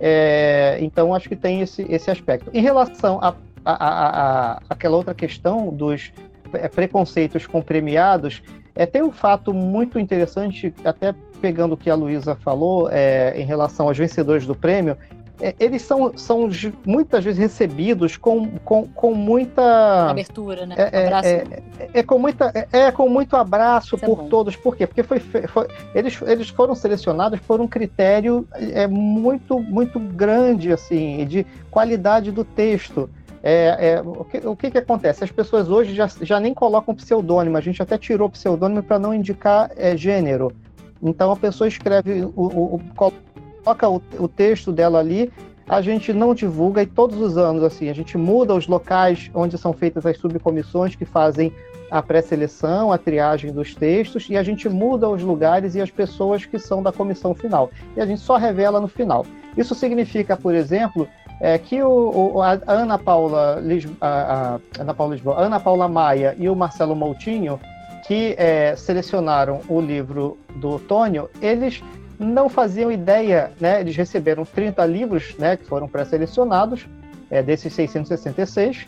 É, então, acho que tem esse, esse aspecto. Em relação a, a, a, a aquela outra questão dos preconceitos com premiados, é, tem um fato muito interessante, até pegando o que a Luísa falou é, em relação aos vencedores do prêmio, é, eles são, são muitas vezes recebidos com, com, com muita... abertura, né? É, abraço. É, é, é, com muita, é, é com muito abraço Isso por é todos. Por quê? Porque foi, foi, eles, eles foram selecionados por um critério é, muito, muito grande, assim, de qualidade do texto. É, é, o, que, o que que acontece? As pessoas hoje já, já nem colocam pseudônimo, a gente até tirou pseudônimo para não indicar é, gênero. Então a pessoa escreve, o, o, o, coloca o, o texto dela ali, a gente não divulga e todos os anos assim, a gente muda os locais onde são feitas as subcomissões que fazem a pré-seleção, a triagem dos textos, e a gente muda os lugares e as pessoas que são da comissão final. E a gente só revela no final. Isso significa, por exemplo, é, que o, o, a Ana Paula, a, a, Ana Paula Lisboa, a Ana Paula Maia e o Marcelo Moutinho, que é, selecionaram o livro do Otônio, eles não faziam ideia, né, eles receberam trinta livros, né, que foram pré-selecionados, é, desses seiscentos e sessenta e seis,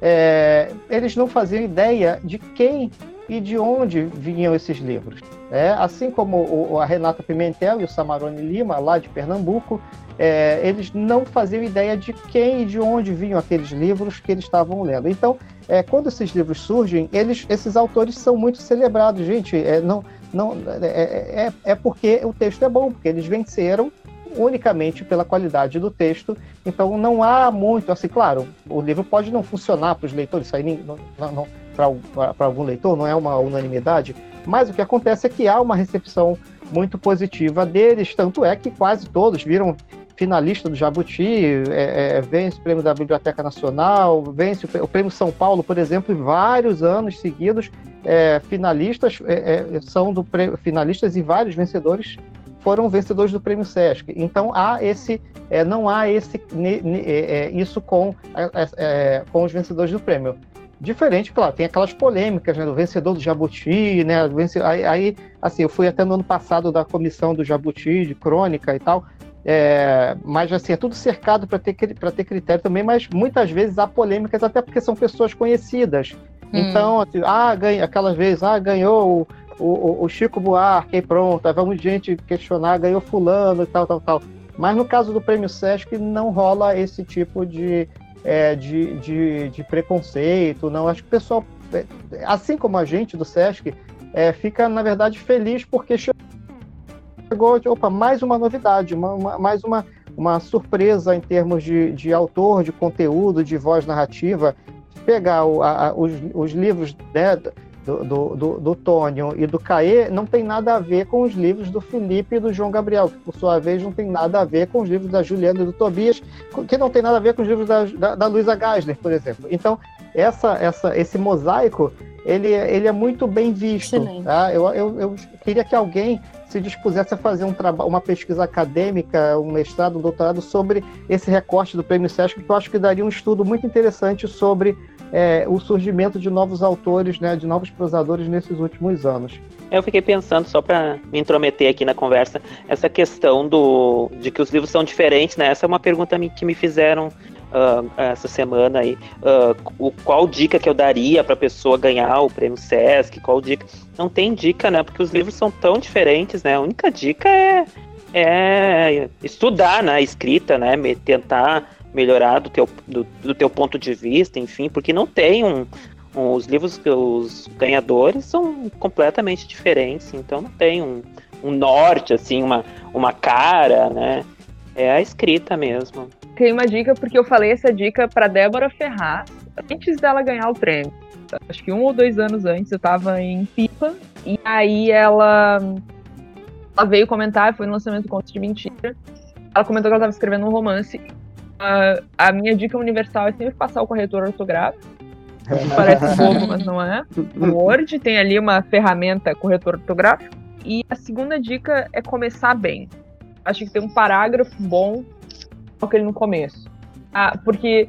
é, eles não faziam ideia de quem e de onde vinham esses livros. É, assim como o, a Renata Pimentel e o Samarone Lima, lá de Pernambuco, é, eles não faziam ideia de quem e de onde vinham aqueles livros que eles estavam lendo. Então, é, quando esses livros surgem, eles, esses autores são muito celebrados. Gente, é, não, não, é, é, é porque o texto é bom, porque eles venceram unicamente pela qualidade do texto. Então, não há muito, assim, claro, o livro pode não funcionar para os leitores, isso aí não, não, não, para algum leitor, não é uma unanimidade, mas o que acontece é que há uma recepção muito positiva deles, tanto é que quase todos viram finalista do Jabuti, é, é, vence o prêmio da Biblioteca Nacional, vence o, o prêmio São Paulo, por exemplo, em vários anos seguidos, é, finalistas é, é, são do prêmio, finalistas e vários vencedores foram vencedores do prêmio Sesc. Então há esse, é, não há esse, ne, ne, é, isso com, é, é, com os vencedores do prêmio. Diferente, claro, tem aquelas polêmicas, né, do vencedor do Jabuti, né, aí, aí, assim, eu fui até no ano passado da comissão do Jabuti, de crônica e tal, é, mas assim, é tudo cercado para ter, para ter critério também, mas muitas vezes há polêmicas, até porque são pessoas conhecidas. Hum. Então, assim, ah, ganha, aquelas vezes, ah, ganhou o, o, o Chico Buarque, e pronto, aí vai muita gente questionar, ganhou fulano e tal, tal, tal. Mas no caso do Prêmio Sesc não rola esse tipo de... É, de, de, de preconceito, não. Acho que o pessoal assim como a gente do Sesc, é, fica, na verdade, feliz porque chegou, opa, mais uma novidade, uma, uma, mais uma, uma surpresa em termos de, de autor, de conteúdo, de voz narrativa. Pegar o, a, os, os livros, né, do, do, do, do Tônio e do Caê não tem nada a ver com os livros do Felipe e do João Gabriel, que por sua vez não tem nada a ver com os livros da Juliana e do Tobias, que não tem nada a ver com os livros da, da, da Luísa Geisler, por exemplo. Então, essa, essa, esse mosaico, ele, ele é muito bem visto. Tá? Eu, eu, eu queria que alguém se dispusesse a fazer um traba- uma pesquisa acadêmica, um mestrado, um doutorado sobre esse recorte do Prêmio Sesc, que eu acho que daria um estudo muito interessante sobre é, o surgimento de novos autores, né, de novos prosadores nesses últimos anos. Eu fiquei pensando, só para me intrometer aqui na conversa, essa questão do, de que os livros são diferentes, né? Essa é uma pergunta que me fizeram uh, essa semana aí. Uh, o, qual dica que eu daria para a pessoa ganhar o Prêmio Sesc? Qual dica? Não tem dica, né? Porque os livros são tão diferentes, né? A única dica é, é estudar, né? A escrita, né? Tentar melhorar do teu, do, do teu ponto de vista, enfim, porque não tem um... Os livros que os ganhadores são completamente diferentes, então não tem um, um norte, assim, uma, uma cara, né? É a escrita mesmo. Tem uma dica, porque eu falei essa dica para Débora Ferraz antes dela ganhar o prêmio. Acho que um ou dois anos antes, eu tava em Pipa, e aí ela, ela veio comentar, foi no lançamento do Contos de Mentira. Ela comentou que ela estava escrevendo um romance. Uh, a minha dica universal é sempre passar o corretor ortográfico. Parece bobo, mas não é. O Word tem ali uma ferramenta corretor ortográfico. E a segunda dica é começar bem. Acho que tem um parágrafo bom aquele no começo. Ah, porque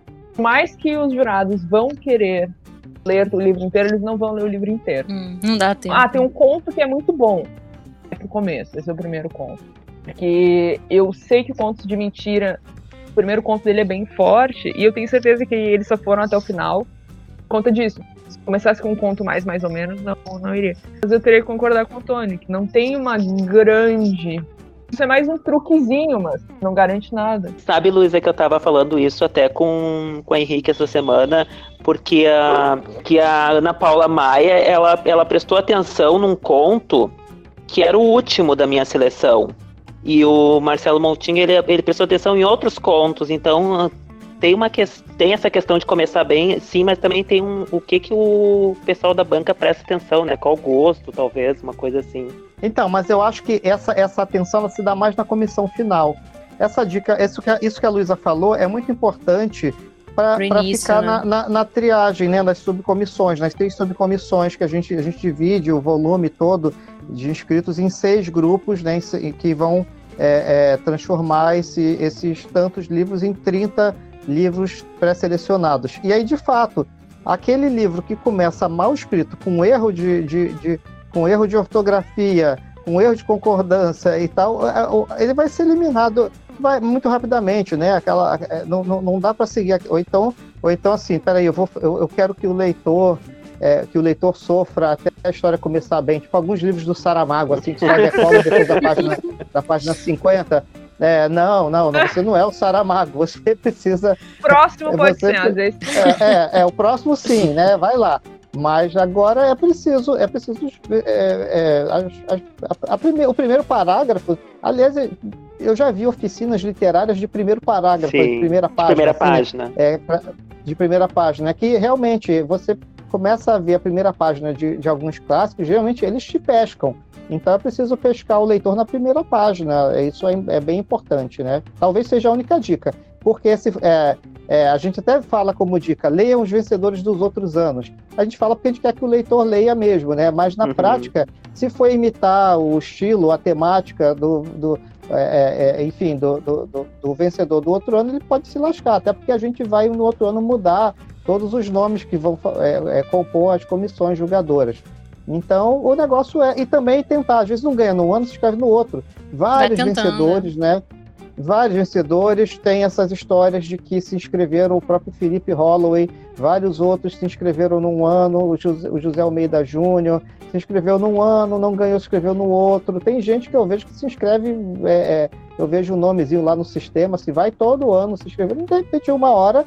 mais que os jurados vão querer ler o livro inteiro, eles não vão ler o livro inteiro. Hum, não dá tempo. Ah, tem um conto que é muito bom. É pro começo, esse é o primeiro conto. Porque eu sei que o Contos de Mentira, o primeiro conto dele é bem forte, e eu tenho certeza que eles só foram até o final por conta disso. Se começasse com um conto mais, mais ou menos, não, não iria. Mas eu teria que concordar com o Tony, que não tem uma grande... Isso é mais um truquezinho, mas não garante nada. Sabe, Luísa, que eu tava falando isso até com, com o Henrique essa semana, porque a, que a Ana Paula Maia, ela, ela prestou atenção num conto que era o último da minha seleção. E o Marcelo Montinho, ele, ele prestou atenção em outros contos, então... Tem, uma que... tem essa questão de começar bem, sim, mas também tem um... o que, que o pessoal da banca presta atenção, né? Qual gosto, talvez, uma coisa assim. Então, mas eu acho que essa, essa atenção ela se dá mais na comissão final. Essa dica, isso que a, isso que a Luísa falou é muito importante para ficar, né, na, na, na triagem, né? Nas subcomissões, nas três subcomissões que a gente, a gente divide o volume todo de inscritos em seis grupos, né? Que vão é, é, transformar esse, esses tantos livros em trinta livros pré-selecionados. E aí, de fato, aquele livro que começa mal escrito, com erro de, de, de, com erro de ortografia, com erro de concordância e tal, ele vai ser eliminado vai, muito rapidamente, né? Aquela, não, não, não dá para seguir. Ou então, ou então assim, peraí, eu, vou, eu, eu quero que o leitor é, que o leitor sofra até a história começar bem, tipo alguns livros do Saramago, assim, que só decola depois da página, da página cinquenta. É, não, não, não, você não é o Saramago, você precisa... Próximo pode você, ser, às vezes. É, é, é, o próximo sim, né, vai lá. Mas agora é preciso, é preciso é, é, a, a, a prime, o primeiro parágrafo, aliás, eu já vi oficinas literárias de primeiro parágrafo, sim, de primeira página. De primeira assim, página. É, pra, de primeira página, que realmente você começa a ver a primeira página de, de alguns clássicos, geralmente eles te pescam. Então é preciso pescar o leitor na primeira página, isso é, é bem importante, né? Talvez seja a única dica, porque esse, é, é, a gente até fala como dica, leiam os vencedores dos outros anos. A gente fala porque a gente quer que o leitor leia mesmo, né? Mas na uhum. prática, se for imitar o estilo, a temática do, do, é, é, enfim, do, do, do, do vencedor do outro ano, ele pode se lascar, até porque a gente vai no outro ano mudar todos os nomes que vão é, é, compor as comissões julgadoras. Então, o negócio é... E também tentar, às vezes não ganha num ano, se escreve no outro. Vários tentando, vencedores, né? né? Vários vencedores têm essas histórias de que se inscreveram, o próprio Felipe Holloway, vários outros se inscreveram num ano, o José, o José Almeida Júnior se inscreveu num ano, não ganhou, se inscreveu no outro. Tem gente que eu vejo que se inscreve, é, é, eu vejo um nomezinho lá no sistema, se vai todo ano se inscrever, de repente uma hora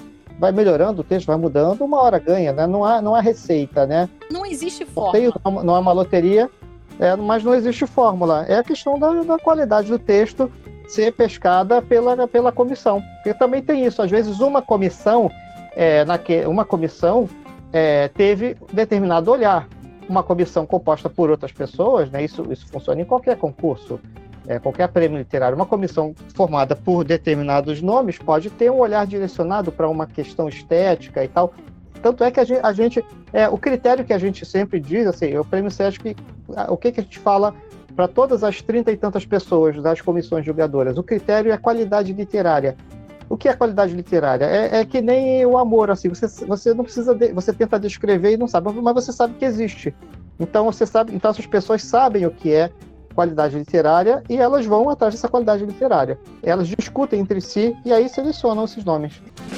vai melhorando o texto, vai mudando, uma hora ganha, né? Não há, não há receita, né? Não existe Não, fórmula. tem, não, não é uma loteria, é, mas não existe fórmula. É a questão da, da qualidade do texto ser pescada pela, pela comissão. Porque também tem isso, às vezes uma comissão, é, naque, uma comissão é, teve determinado olhar. Uma comissão composta por outras pessoas, né? Isso, isso funciona em qualquer concurso. É, qualquer prêmio literário, uma comissão formada por determinados nomes pode ter um olhar direcionado para uma questão estética e tal. Tanto é que a gente, a gente é, o critério que a gente sempre diz, assim, o Prêmio Sesc, o que, que a gente fala para todas as trinta e tantas pessoas das comissões julgadoras? O critério é qualidade literária. O que é qualidade literária? É, é que nem o amor, assim, você, você não precisa, de, você tenta descrever e não sabe, mas você sabe que existe. Então você sabe, então essas pessoas sabem o que é qualidade literária e elas vão atrás dessa qualidade literária. Elas discutem entre si e aí selecionam esses nomes.